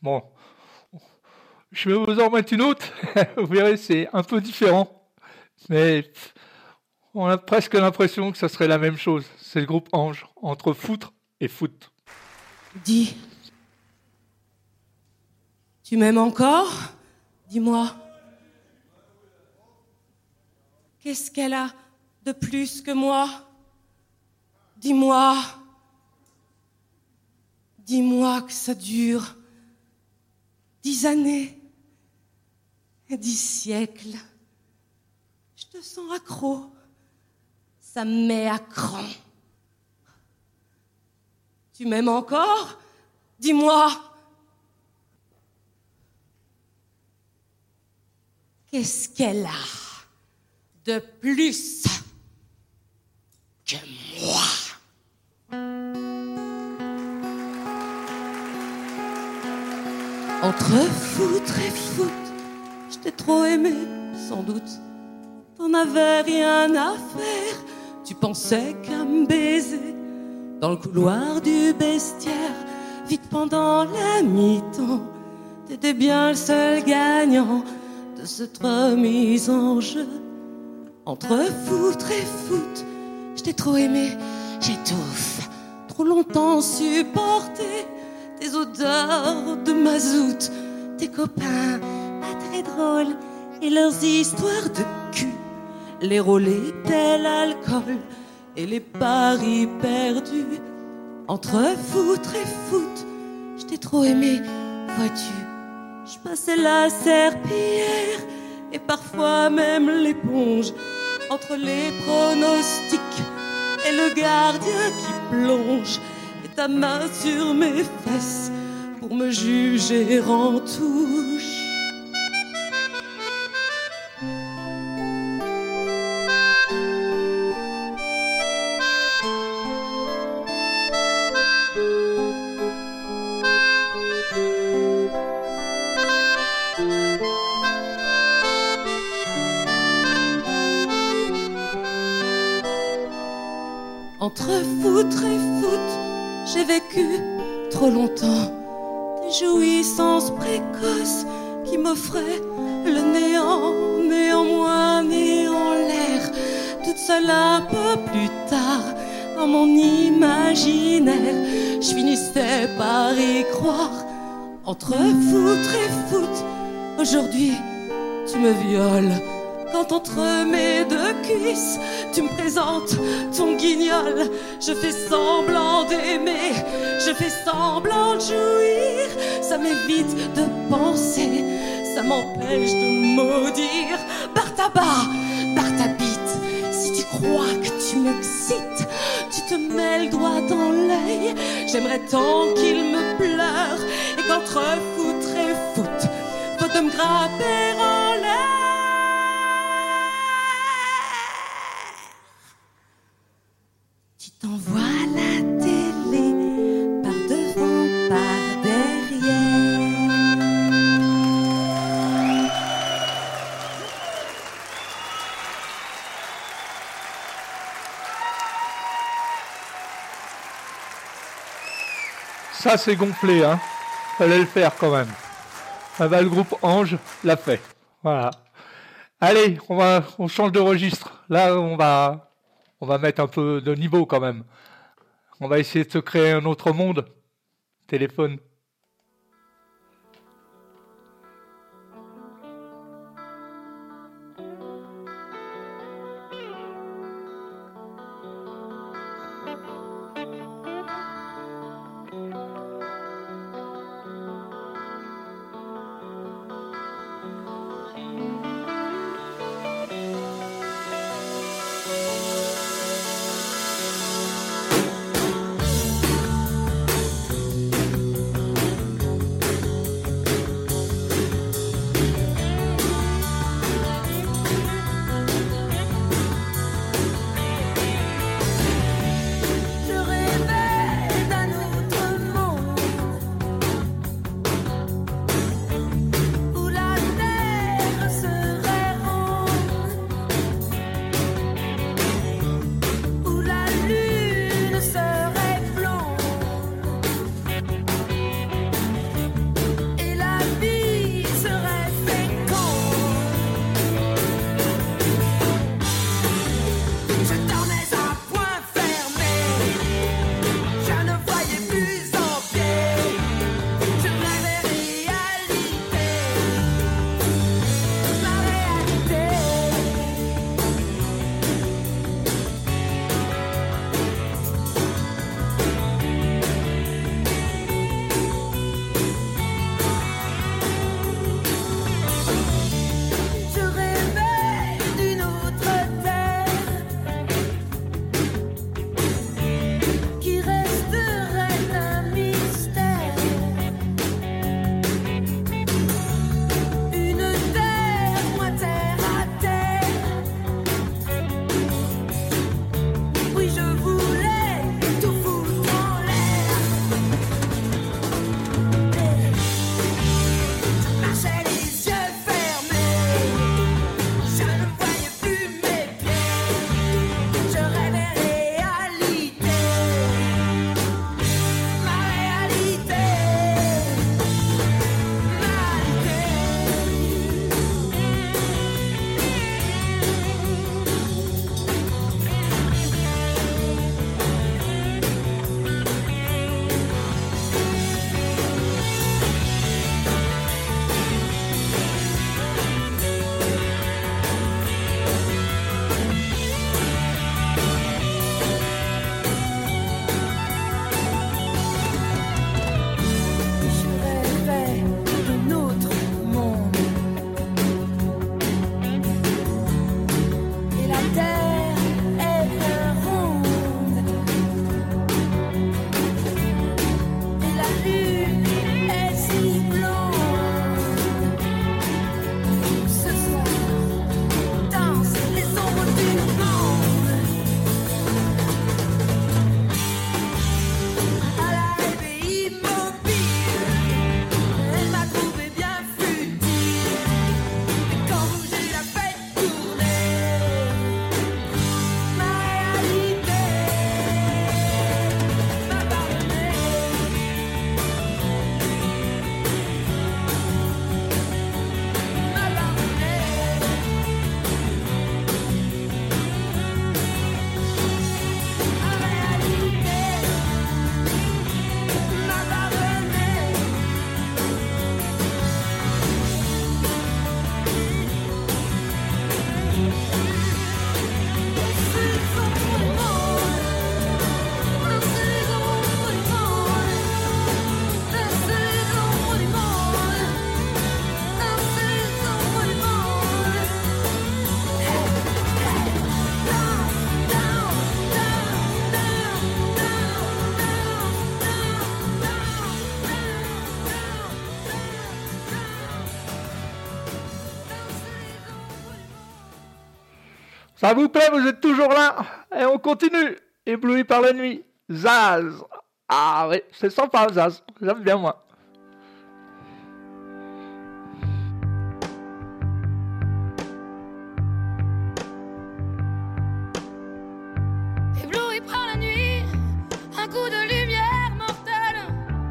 Bon, je vais vous en mettre une autre. Vous verrez, c'est un peu différent. Mais on a presque l'impression que ça serait la même chose. C'est le groupe Ange, entre foutre et foot. Dis, tu m'aimes encore? Dis-moi. Qu'est-ce qu'elle a de plus que moi? Dis-moi. Dis-moi que ça dure 10 années et 10 siècles. Je te sens accro. Ça me met à cran. Tu m'aimes encore? Dis-moi. Qu'est-ce qu'elle a de plus que moi? Entre foutre et foot, je t'ai trop aimé, sans doute. T'en avais rien à faire, tu pensais qu'à me baiser dans le couloir du bestiaire, vite pendant la mi-temps. T'étais bien le seul gagnant de cette remise en jeu. Entre foutre et foot, je t'ai trop aimé, j'étouffe. Trop longtemps supporté tes odeurs de mazout, tes copains pas très drôles et leurs histoires de cul, les rôles étaient l'alcool et les paris perdus. Entre foutre et foot, je t'ai trop aimé, vois-tu. Je passais la serpillière et parfois même l'éponge entre les pronostics et le gardien qui plonge. Ta main sur mes fesses pour me juger en touche. Entre foutre et foot, j'ai vécu trop longtemps des jouissances précoces qui m'offraient le néant, néanmoins né en l'air. Toute seule un peu plus tard, dans mon imaginaire, je finissais par y croire. Entre foutre et foot, aujourd'hui tu me violes. Quand entre mes deux cuisses, tu me présentes ton guignol. Je fais semblant d'aimer, je fais semblant de jouir. Ça m'évite de penser, ça m'empêche de maudire. Barre ta bite, si tu crois que tu m'excites, tu te mets le doigt dans l'œil. J'aimerais tant qu'il me pleure et qu'entre foutre et foot, faut de me grapper en l'air. T'envoies la télé par devant, par derrière. Ça, c'est gonflé, hein. Fallait le faire quand même. Ah bah, le groupe Ange l'a fait. Voilà. Allez, on change de registre. Là, on va mettre un peu de niveau quand même. On va essayer de se créer un autre monde. Téléphone. Ça vous plaît, vous êtes toujours là? Et on continue. Ébloui par la nuit. Zaz. Ah oui, c'est sympa, Zaz. J'aime bien, moi. Ébloui par la nuit, un coup de lumière mortelle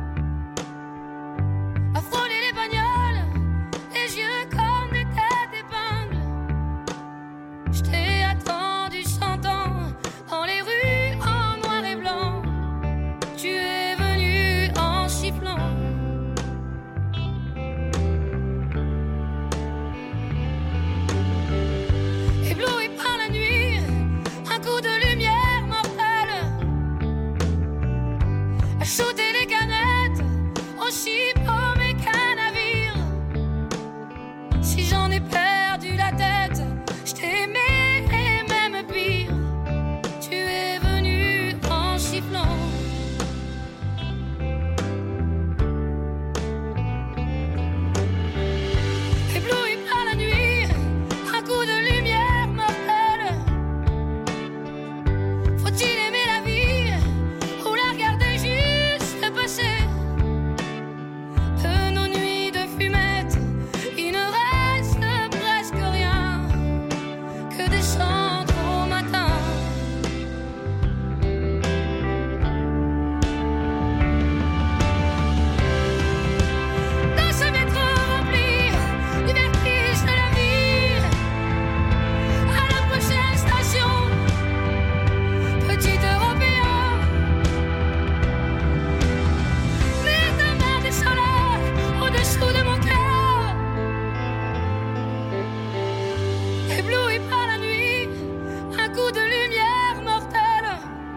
a frôlé les bagnoles, les yeux comme des têtes d'épingle. Je t'ai attendu 100 ans dans les rues en noir et blanc. Tu es venu en sifflant. Ébloui par la nuit, un coup de lumière mortelle a shooté les canettes aussi paumé qu'un navire. Si j'en ai perdu la tête, je t'aimais et même pire. Tu es venu en sifflant. Ébloui par la nuit, un coup de lumière mortelle. Faut-il aimer la vie ou la regarder juste passer? De nos nuits de fumette, il ne reste presque rien que des cendres au matin. Dans ce métro rempli du vertige de la vie, à la prochaine station, petit Européen. Mais ta main descend là, au-dessous de mon cœur. Ébloui par la nuit, un coup de lumière mortelle.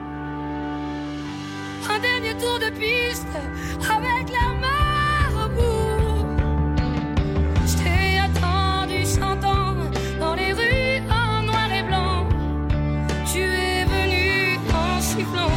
Un dernier tour de piste avec la mer au bout. Je t'ai attendu 100 ans dans les rues en noir et blanc. Tu es venu en sifflant.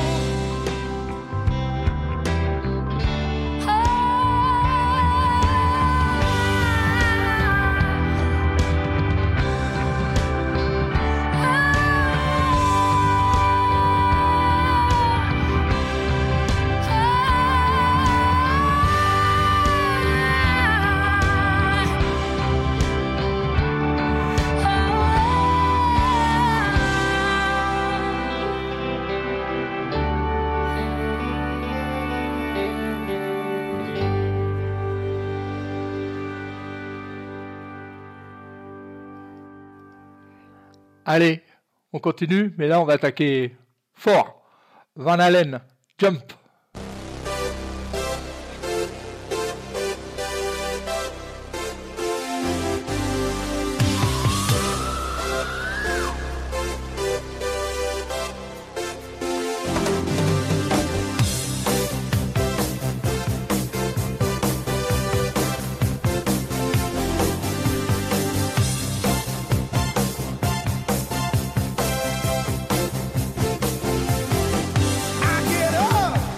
Allez, on continue, mais là, on va attaquer fort. Van Halen, Jump. I get up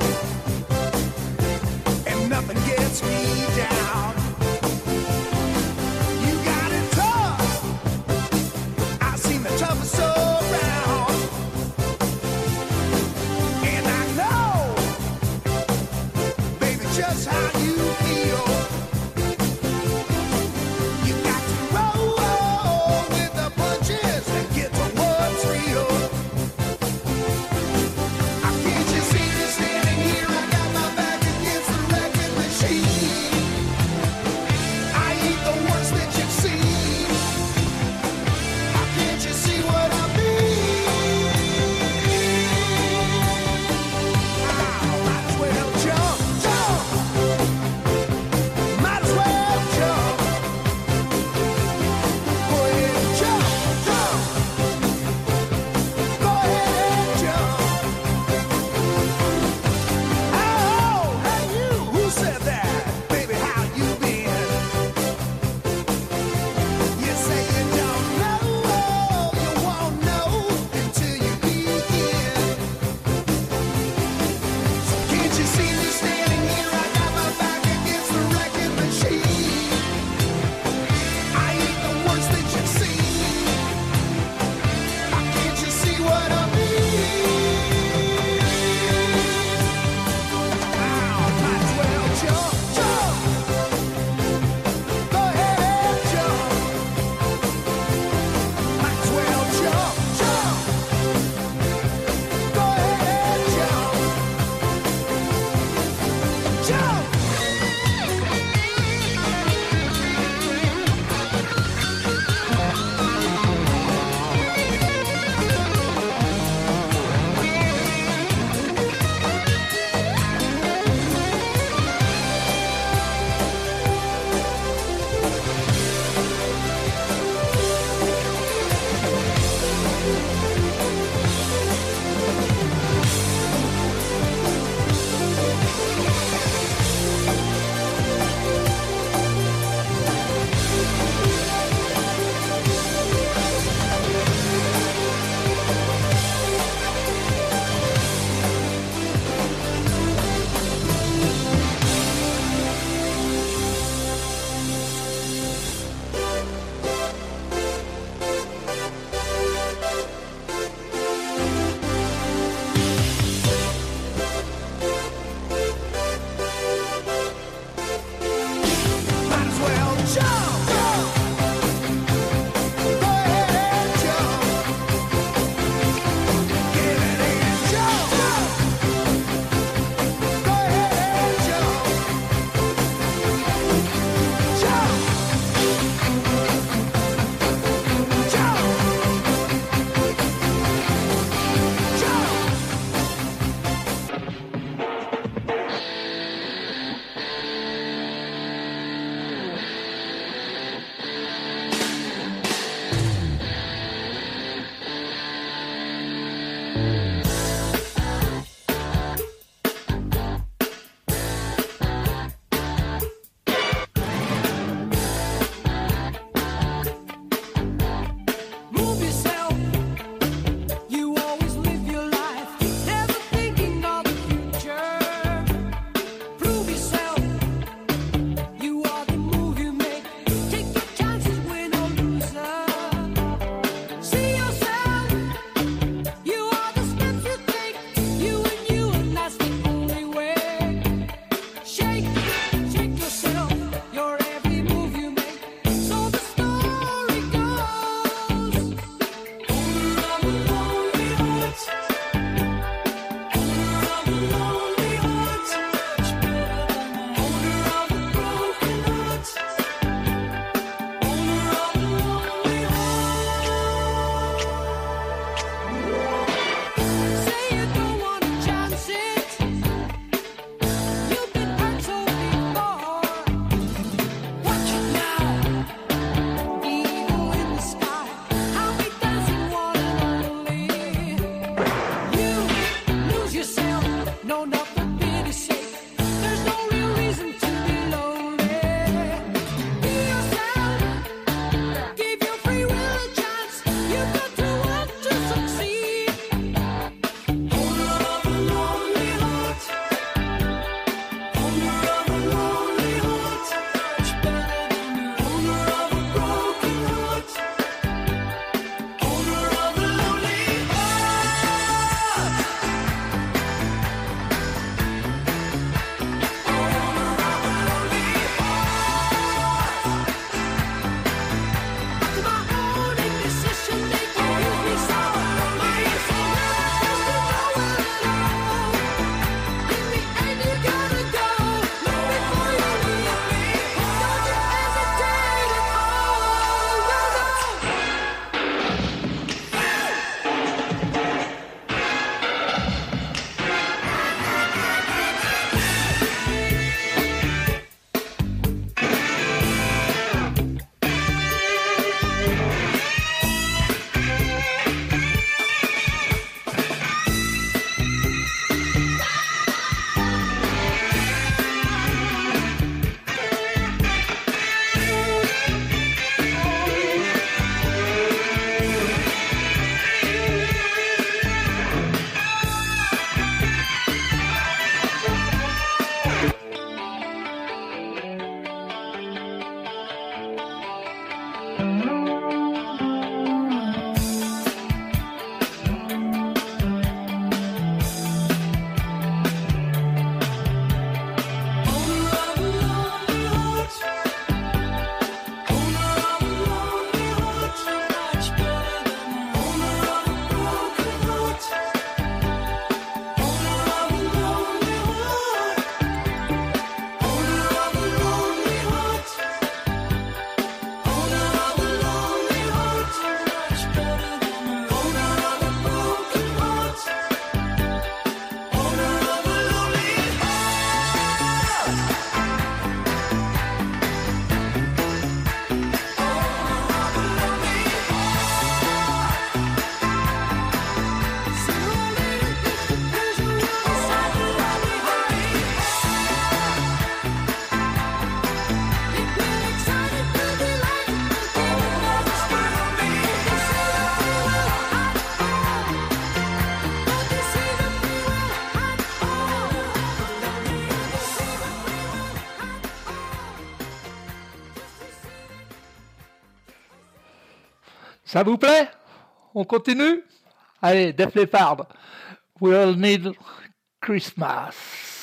Ça vous plaît? On continue? Allez, Def Leppard. We'll need Christmas.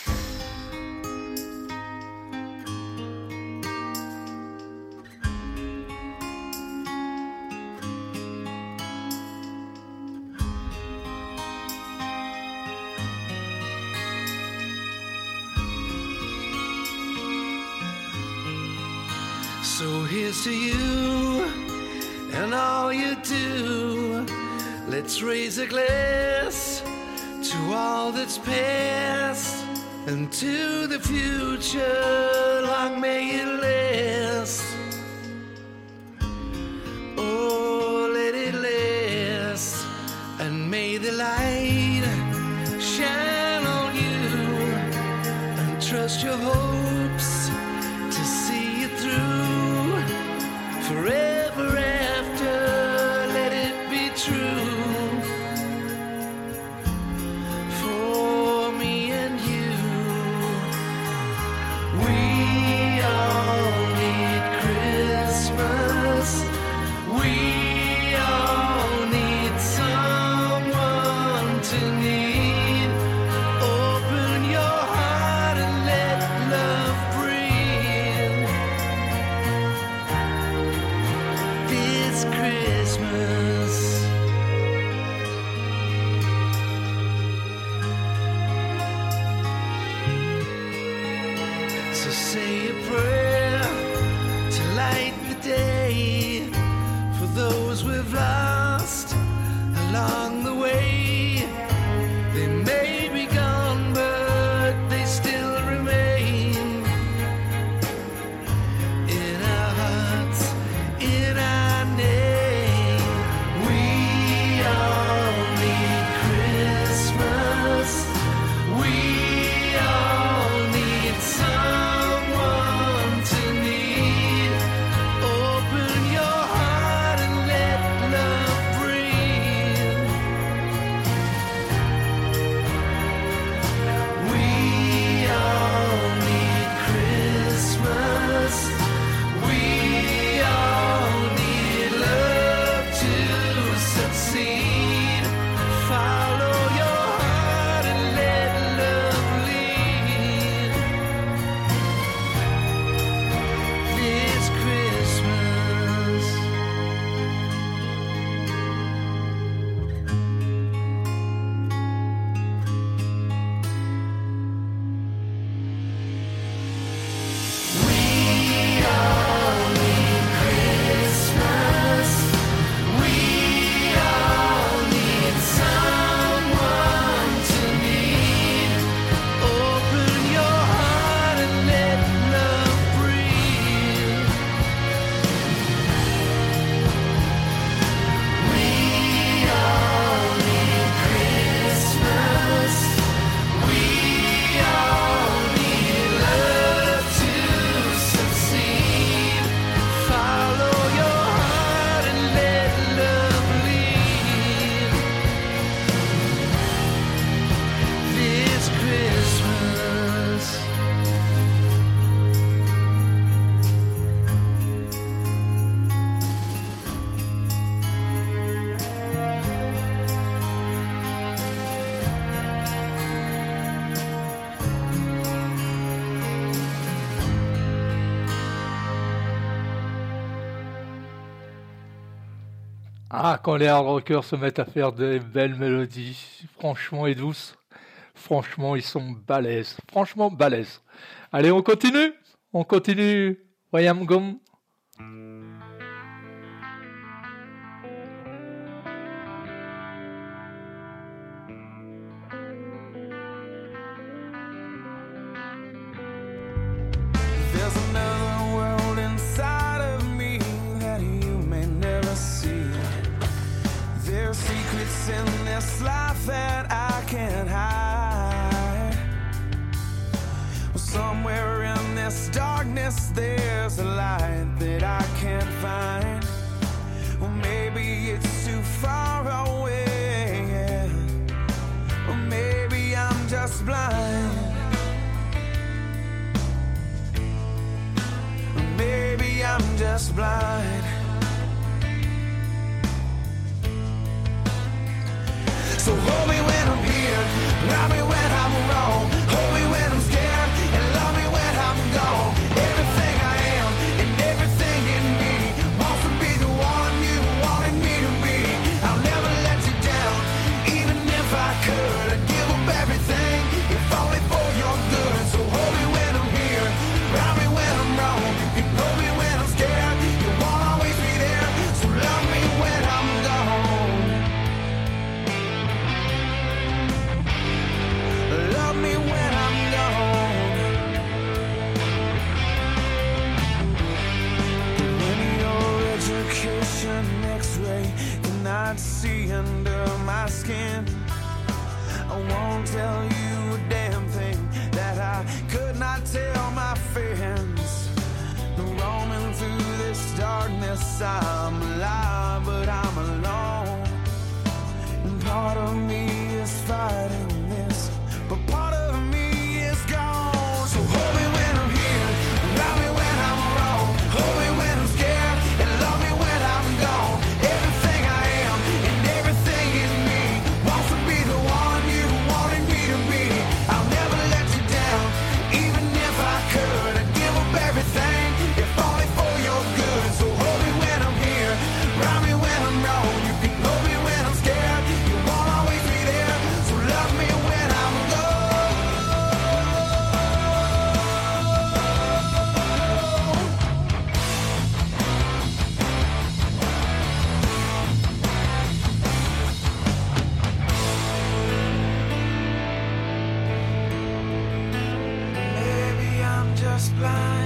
So here's to you and all you do. Let's raise a glass to all that's past and to the future. Long may it last. Oh, let it last. And may the light shine on you. And trust your hopes to see you through. Forever after, let it be true. For me and you, we all need Christmas. We all need someone to need. Open your heart and let love breathe. This Christmas, so say a prayer to light the day for those we've lost along the way. They may be gone, but they still remain in our hearts, in our name. We all need Christmas. We all need someone to need. Open your heart and let love breathe. We all need Christmas. We all need love to succeed. Follow your heart and let love lead. This Christmas, we all need Christmas. We all need someone to need. Open your heart and let love breathe. We all need Christmas. We all need love to succeed. Follow your heart and let love lead. This Christmas, Ah, quand les hard rockers se mettent à faire des belles mélodies, franchement et douces, franchement ils sont balèzes, franchement balèzes. Allez, on continue? On continue, William Gum. There's another world inside of me that you may never see. There's secrets in this life that I can't hide. Well, somewhere in this darkness there's a light that I can't find. Well, maybe it's too far away, yeah. Or maybe I'm just blind. Maybe I'm just blind. cannot see under my skin. I won't tell you a damn thing that I could not tell my friends. Roaming through this darkness, I'm alive, but I'm alone. And part of me is fighting this, but part of me is gone. So hold me when I'm here, love me when I'm wrong, hold me when I'm scared, and love me when I'm gone. Everything I am and everything in me wants to be the one you wanted me to be. I'll never let you down, even if I could. I'd give up everything, if only for your good. So hold me when I'm here, round me when I'm wrong. You can hold me when I'm scared, you won't always be there. So love me when I'm gone. Maybe I'm just blind.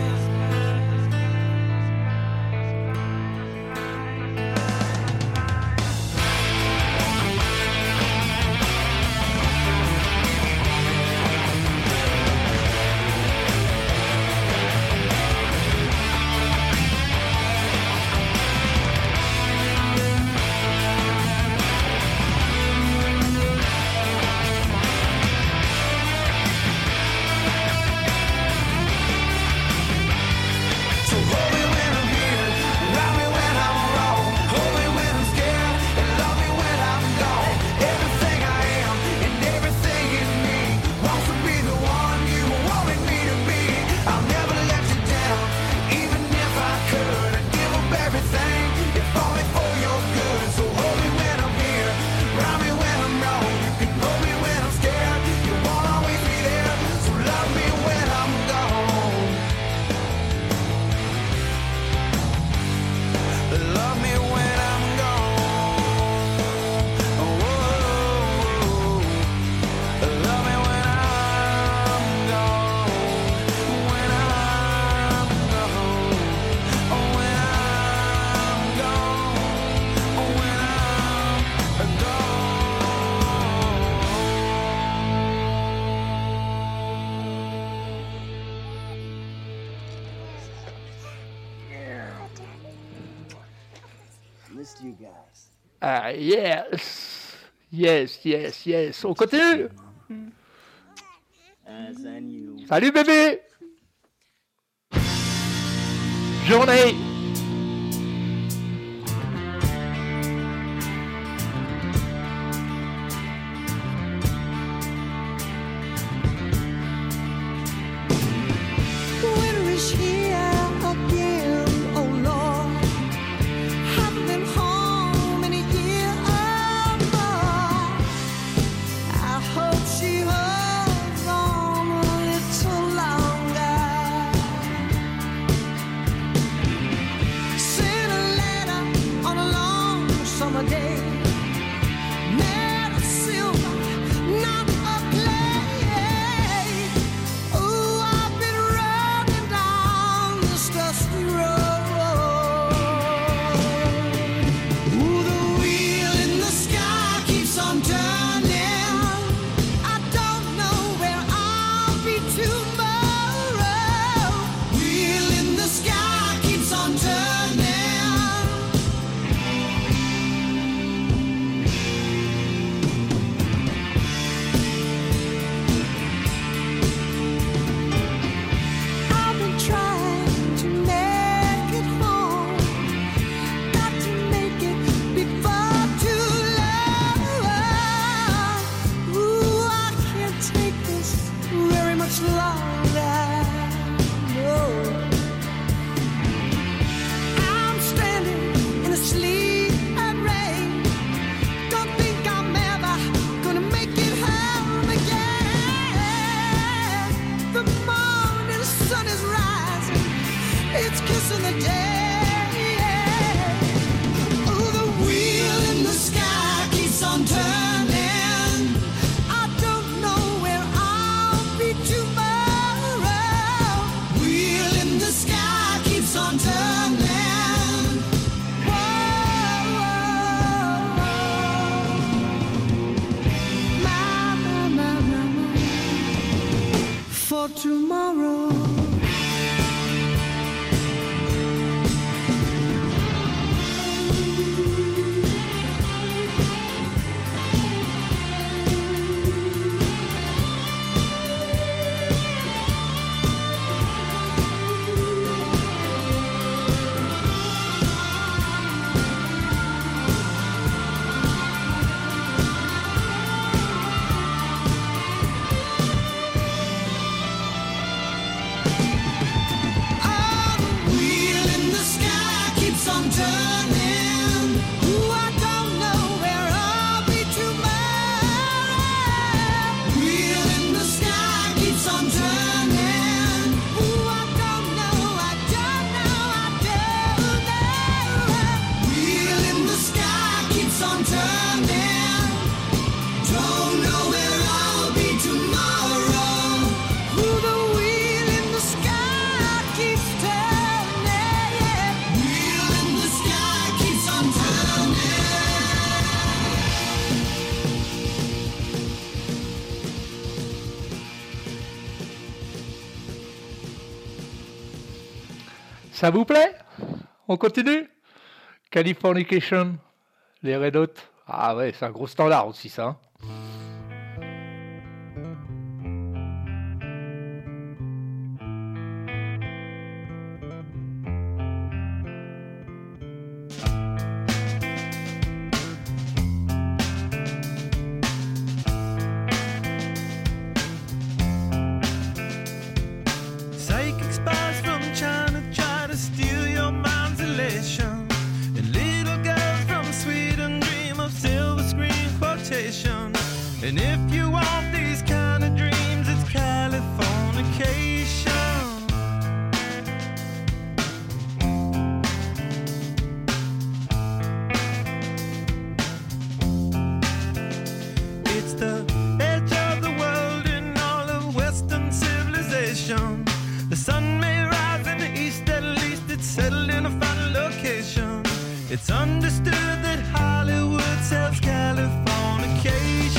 So hold me when I'm here, round me when I'm wrong, hold me when I'm scared, and love me when I'm gone. Everything I am and everything in me wants to be the one you wanted me to be. I'll never let you down, even if I could. I'd give up everything, if only for your good. So hold me when I'm here, round me when I'm wrong. You can hold me when I'm scared, you won't always be there. So love me when I'm gone. Love me when I'm gone. Oh, love me when I'm gone. When I'm gone. Oh, when I'm gone. Oh, when I'm Missed you guys. Ah, yes. Yes, yes, yes. On continue. As I knew. Salut bébé. Journée. Winter is here again, oh Lord. Haven't been home in a year or more. I hope she holds on a little longer. Sent a letter on a long summer day. Made of silver, not of clay. Ooh, I've been running down this dusty road. Ooh, the wheel in the sky keeps on turning. I don't know where I'll be tomorrow. Wheel in the sky keeps on turning. tomorrow. Ça vous plaît? On continue? Californication, les Red Hot. Ah ouais, c'est un gros standard aussi ça. Hein. Psychic spies from China try to steal your mind's elation, and little girls from Sweden dream of silver screen quotation. And if you want these kind of dreams, it's Californication. It's the edge of the world in all of Western civilization. The sun may rise in the east, at least it's settled in a final location. It's understood that Hollywood sells Californication.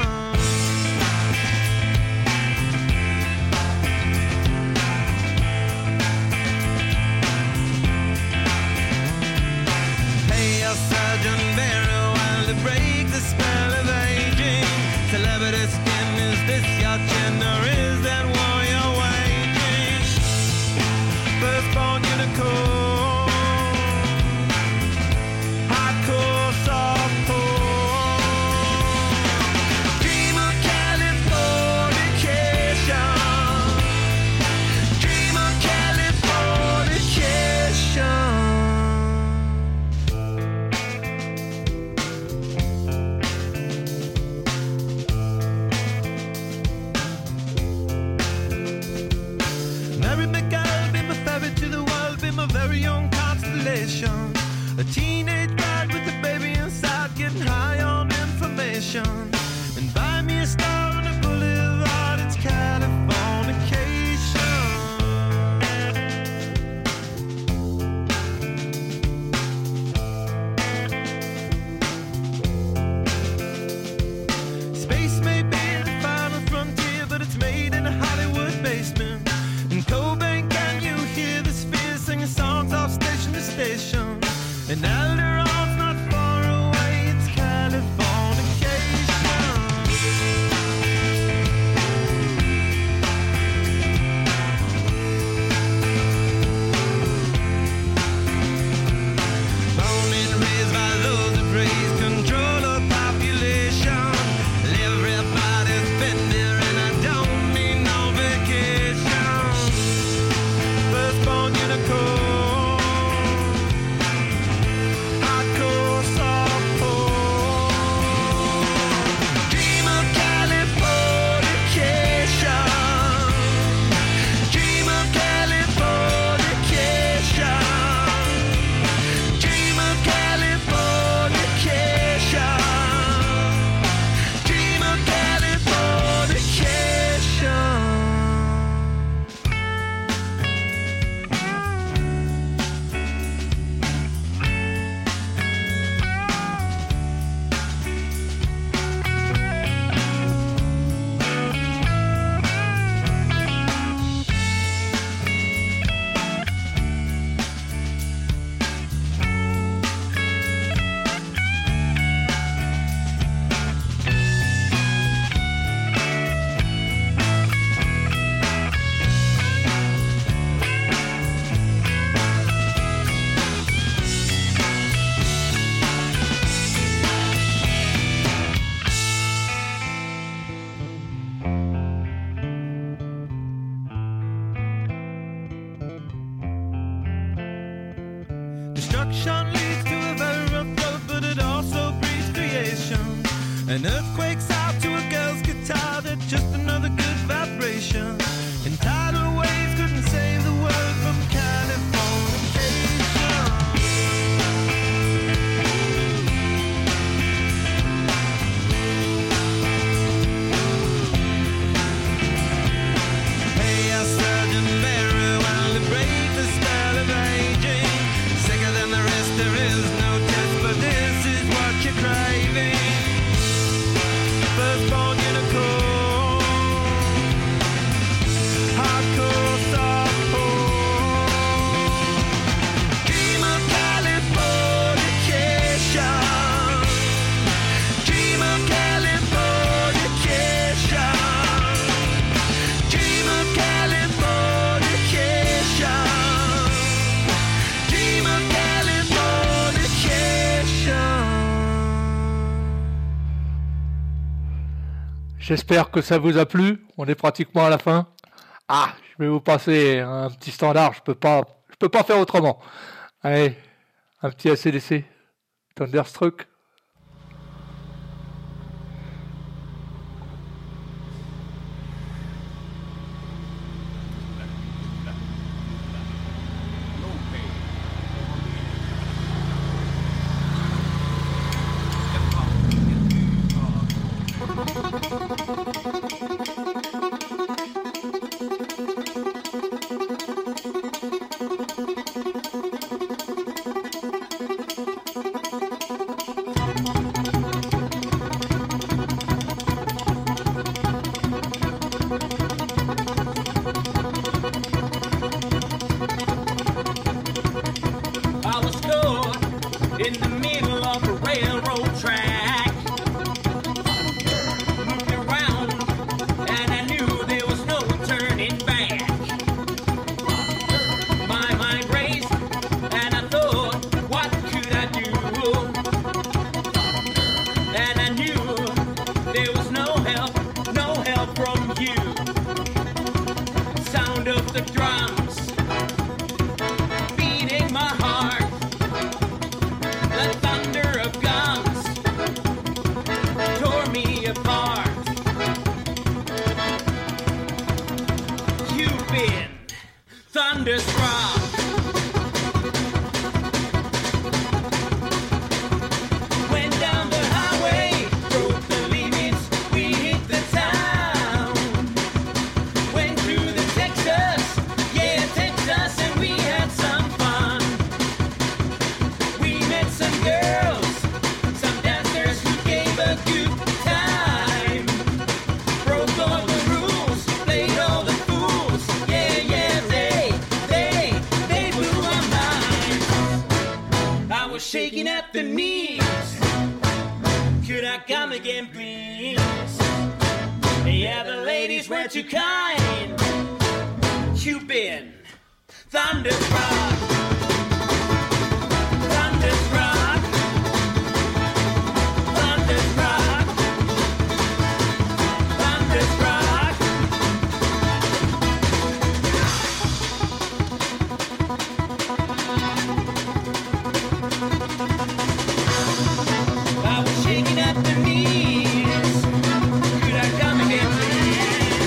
Pay your surgeon very well to break the spell of aging. Celebrity skin, is this your chin or is that war you're waging? Firstborn unicorn, hardcore, softcore. Dream of Californication. Dream of Californication. Mary McGill, be my ferry to the world, be my very own constellation. A teenage bride with a baby inside, getting high on information. And buy me a star on a boulevard, it's Californication. Space may be the final frontier, but it's made in a Hollywood basement. In Cobain, can you hear the spheres singing songs off station to station? And Alderon's not far away, it's Californication. An earthquake's out to a girl's guitar, that's just another good vibration. And tidal waves couldn't save the world from Californication. Hey, our surgeon very well to break the spell of aging. Sicker than the rest, there is no test, but this is what you're craving. Firstborn unicorn, hardcore softcore. Dream of Californication. Dream of Californication. Dream of Californication. Dream of Californication. J'espère que ça vous a plu. On est pratiquement à la fin. Ah, je vais vous passer un petit standard. Je peux pas faire autrement. Allez, un petit AC/DC. Thunderstruck. I was caught in the middle of a railroad track. Looked around and I knew there was no turning back. My mind raced and I thought, what could I do? And I knew there was no help from you. Sound of the drums beating my heart, the thunder of guns tore me apart. You've been thunderstruck. Went down the highway, broke the limits, we hit the town. Went through the Texas, yeah, Texas, and we had some fun. We met some girls, some dancers who gave a good time. Broke all the rules, played all the fools, yeah, yeah, they blew my mind. I was shaking at the knees. Could I come again, please? Yeah, the ladies were too kind. You've been thunderstruck. Thunderstruck. Thunderstruck. Thunderstruck. I was shaking at the knees. Could I come again, please?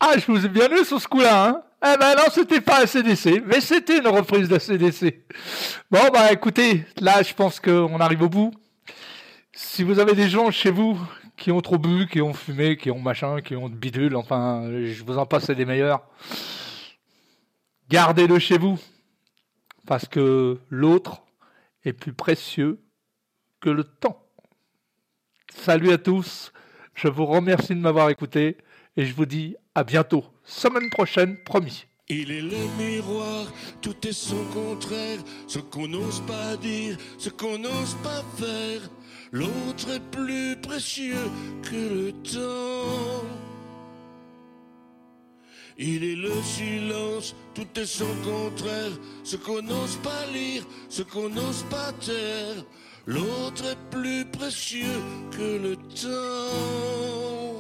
Ah, je vous ai bien eu sur ce coup-là, hein. Eh ben non, c'était pas ACDC, mais c'était une reprise d'ACDC. Bon, bah écoutez, là, je pense qu'on arrive au bout. Si vous avez des gens chez vous qui ont trop bu, qui ont fumé, qui ont machin, qui ont de bidule, enfin, je vous en passe, c'est des meilleurs. Gardez-le chez vous, parce que l'autre est plus précieux que le temps. Salut à tous, je vous remercie de m'avoir écouté et je vous dis à bientôt, semaine prochaine, promis. Il est le miroir, tout est son contraire, ce qu'on n'ose pas dire, ce qu'on n'ose pas faire. L'autre est plus précieux que le temps. Il est le silence, tout est son contraire, ce qu'on n'ose pas lire, ce qu'on n'ose pas taire. L'autre est plus précieux que le temps.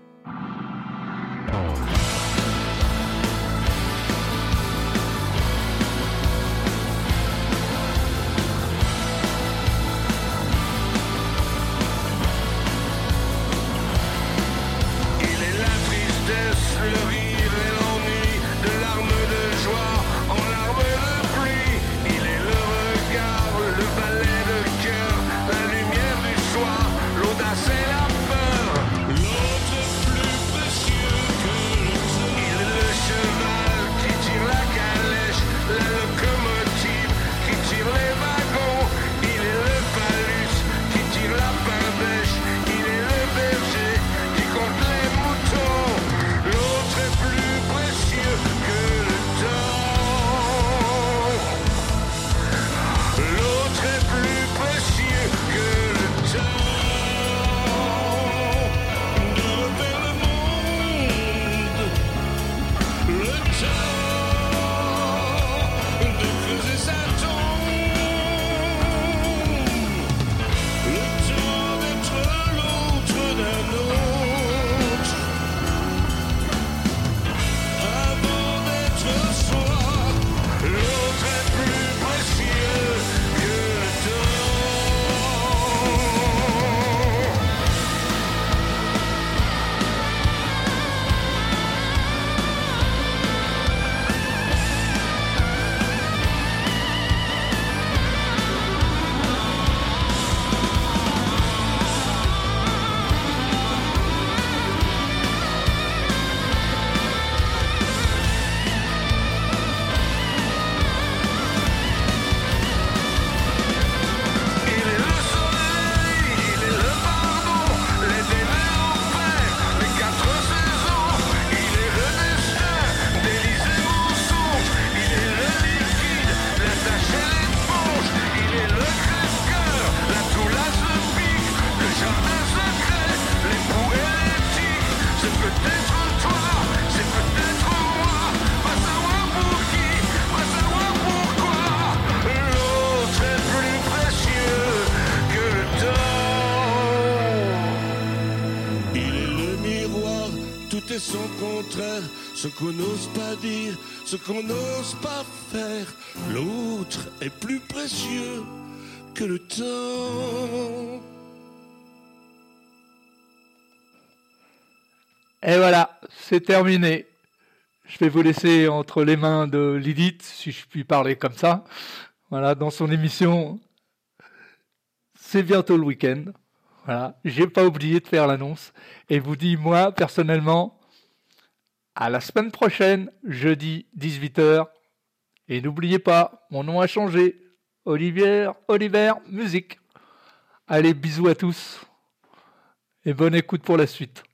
Le rire et l'ennui, de larmes de joie en larmes de pluie. Il est le regard, le balai de cœur, la lumière du soir, l'audace et la peur. L'autre est plus précieux que le temps. Il est le cheval qui tire la calèche, la locomotive qui tire les wagons. Il est le phallus qui tire la pain-bêche. Il est le berger qui compte les moutons. L'autre est plus précieux que le temps. L'autre est plus précieux que le temps. De refaire le monde. Le temps de creuser sa tombe. Le temps d'être l'autre d'un autre. Avant d'être soi, l'autre est plus précieux que le temps. Il est le soleil, il est le pardon, les délais offerts, les 4 saisons. Il est le destin d'Élysée mensonge. Il est le liquide, la tâche et l'éponge. Il est le crève-cœur, la toulasse, le pic, le jardin secret, l'époux et l'éthique. C'est peut-être toi, c'est peut-être moi. Va savoir pour qui, va savoir pourquoi. L'autre est plus précieux que le temps. Il est le miroir, tout est son contraire, ce qu'on n'ose pas dire, ce qu'on n'ose pas faire. L'autre est plus précieux que le temps. Et voilà, c'est terminé. Je vais vous laisser entre les mains de Lilith, si je puis parler comme ça. Voilà, dans son émission, c'est bientôt le week-end. Voilà, j'ai pas oublié de faire l'annonce. Et vous dis, moi, personnellement, à la semaine prochaine, jeudi 18h. Et n'oubliez pas, mon nom a changé. Oliver Musique. Allez, bisous à tous. Et bonne écoute pour la suite.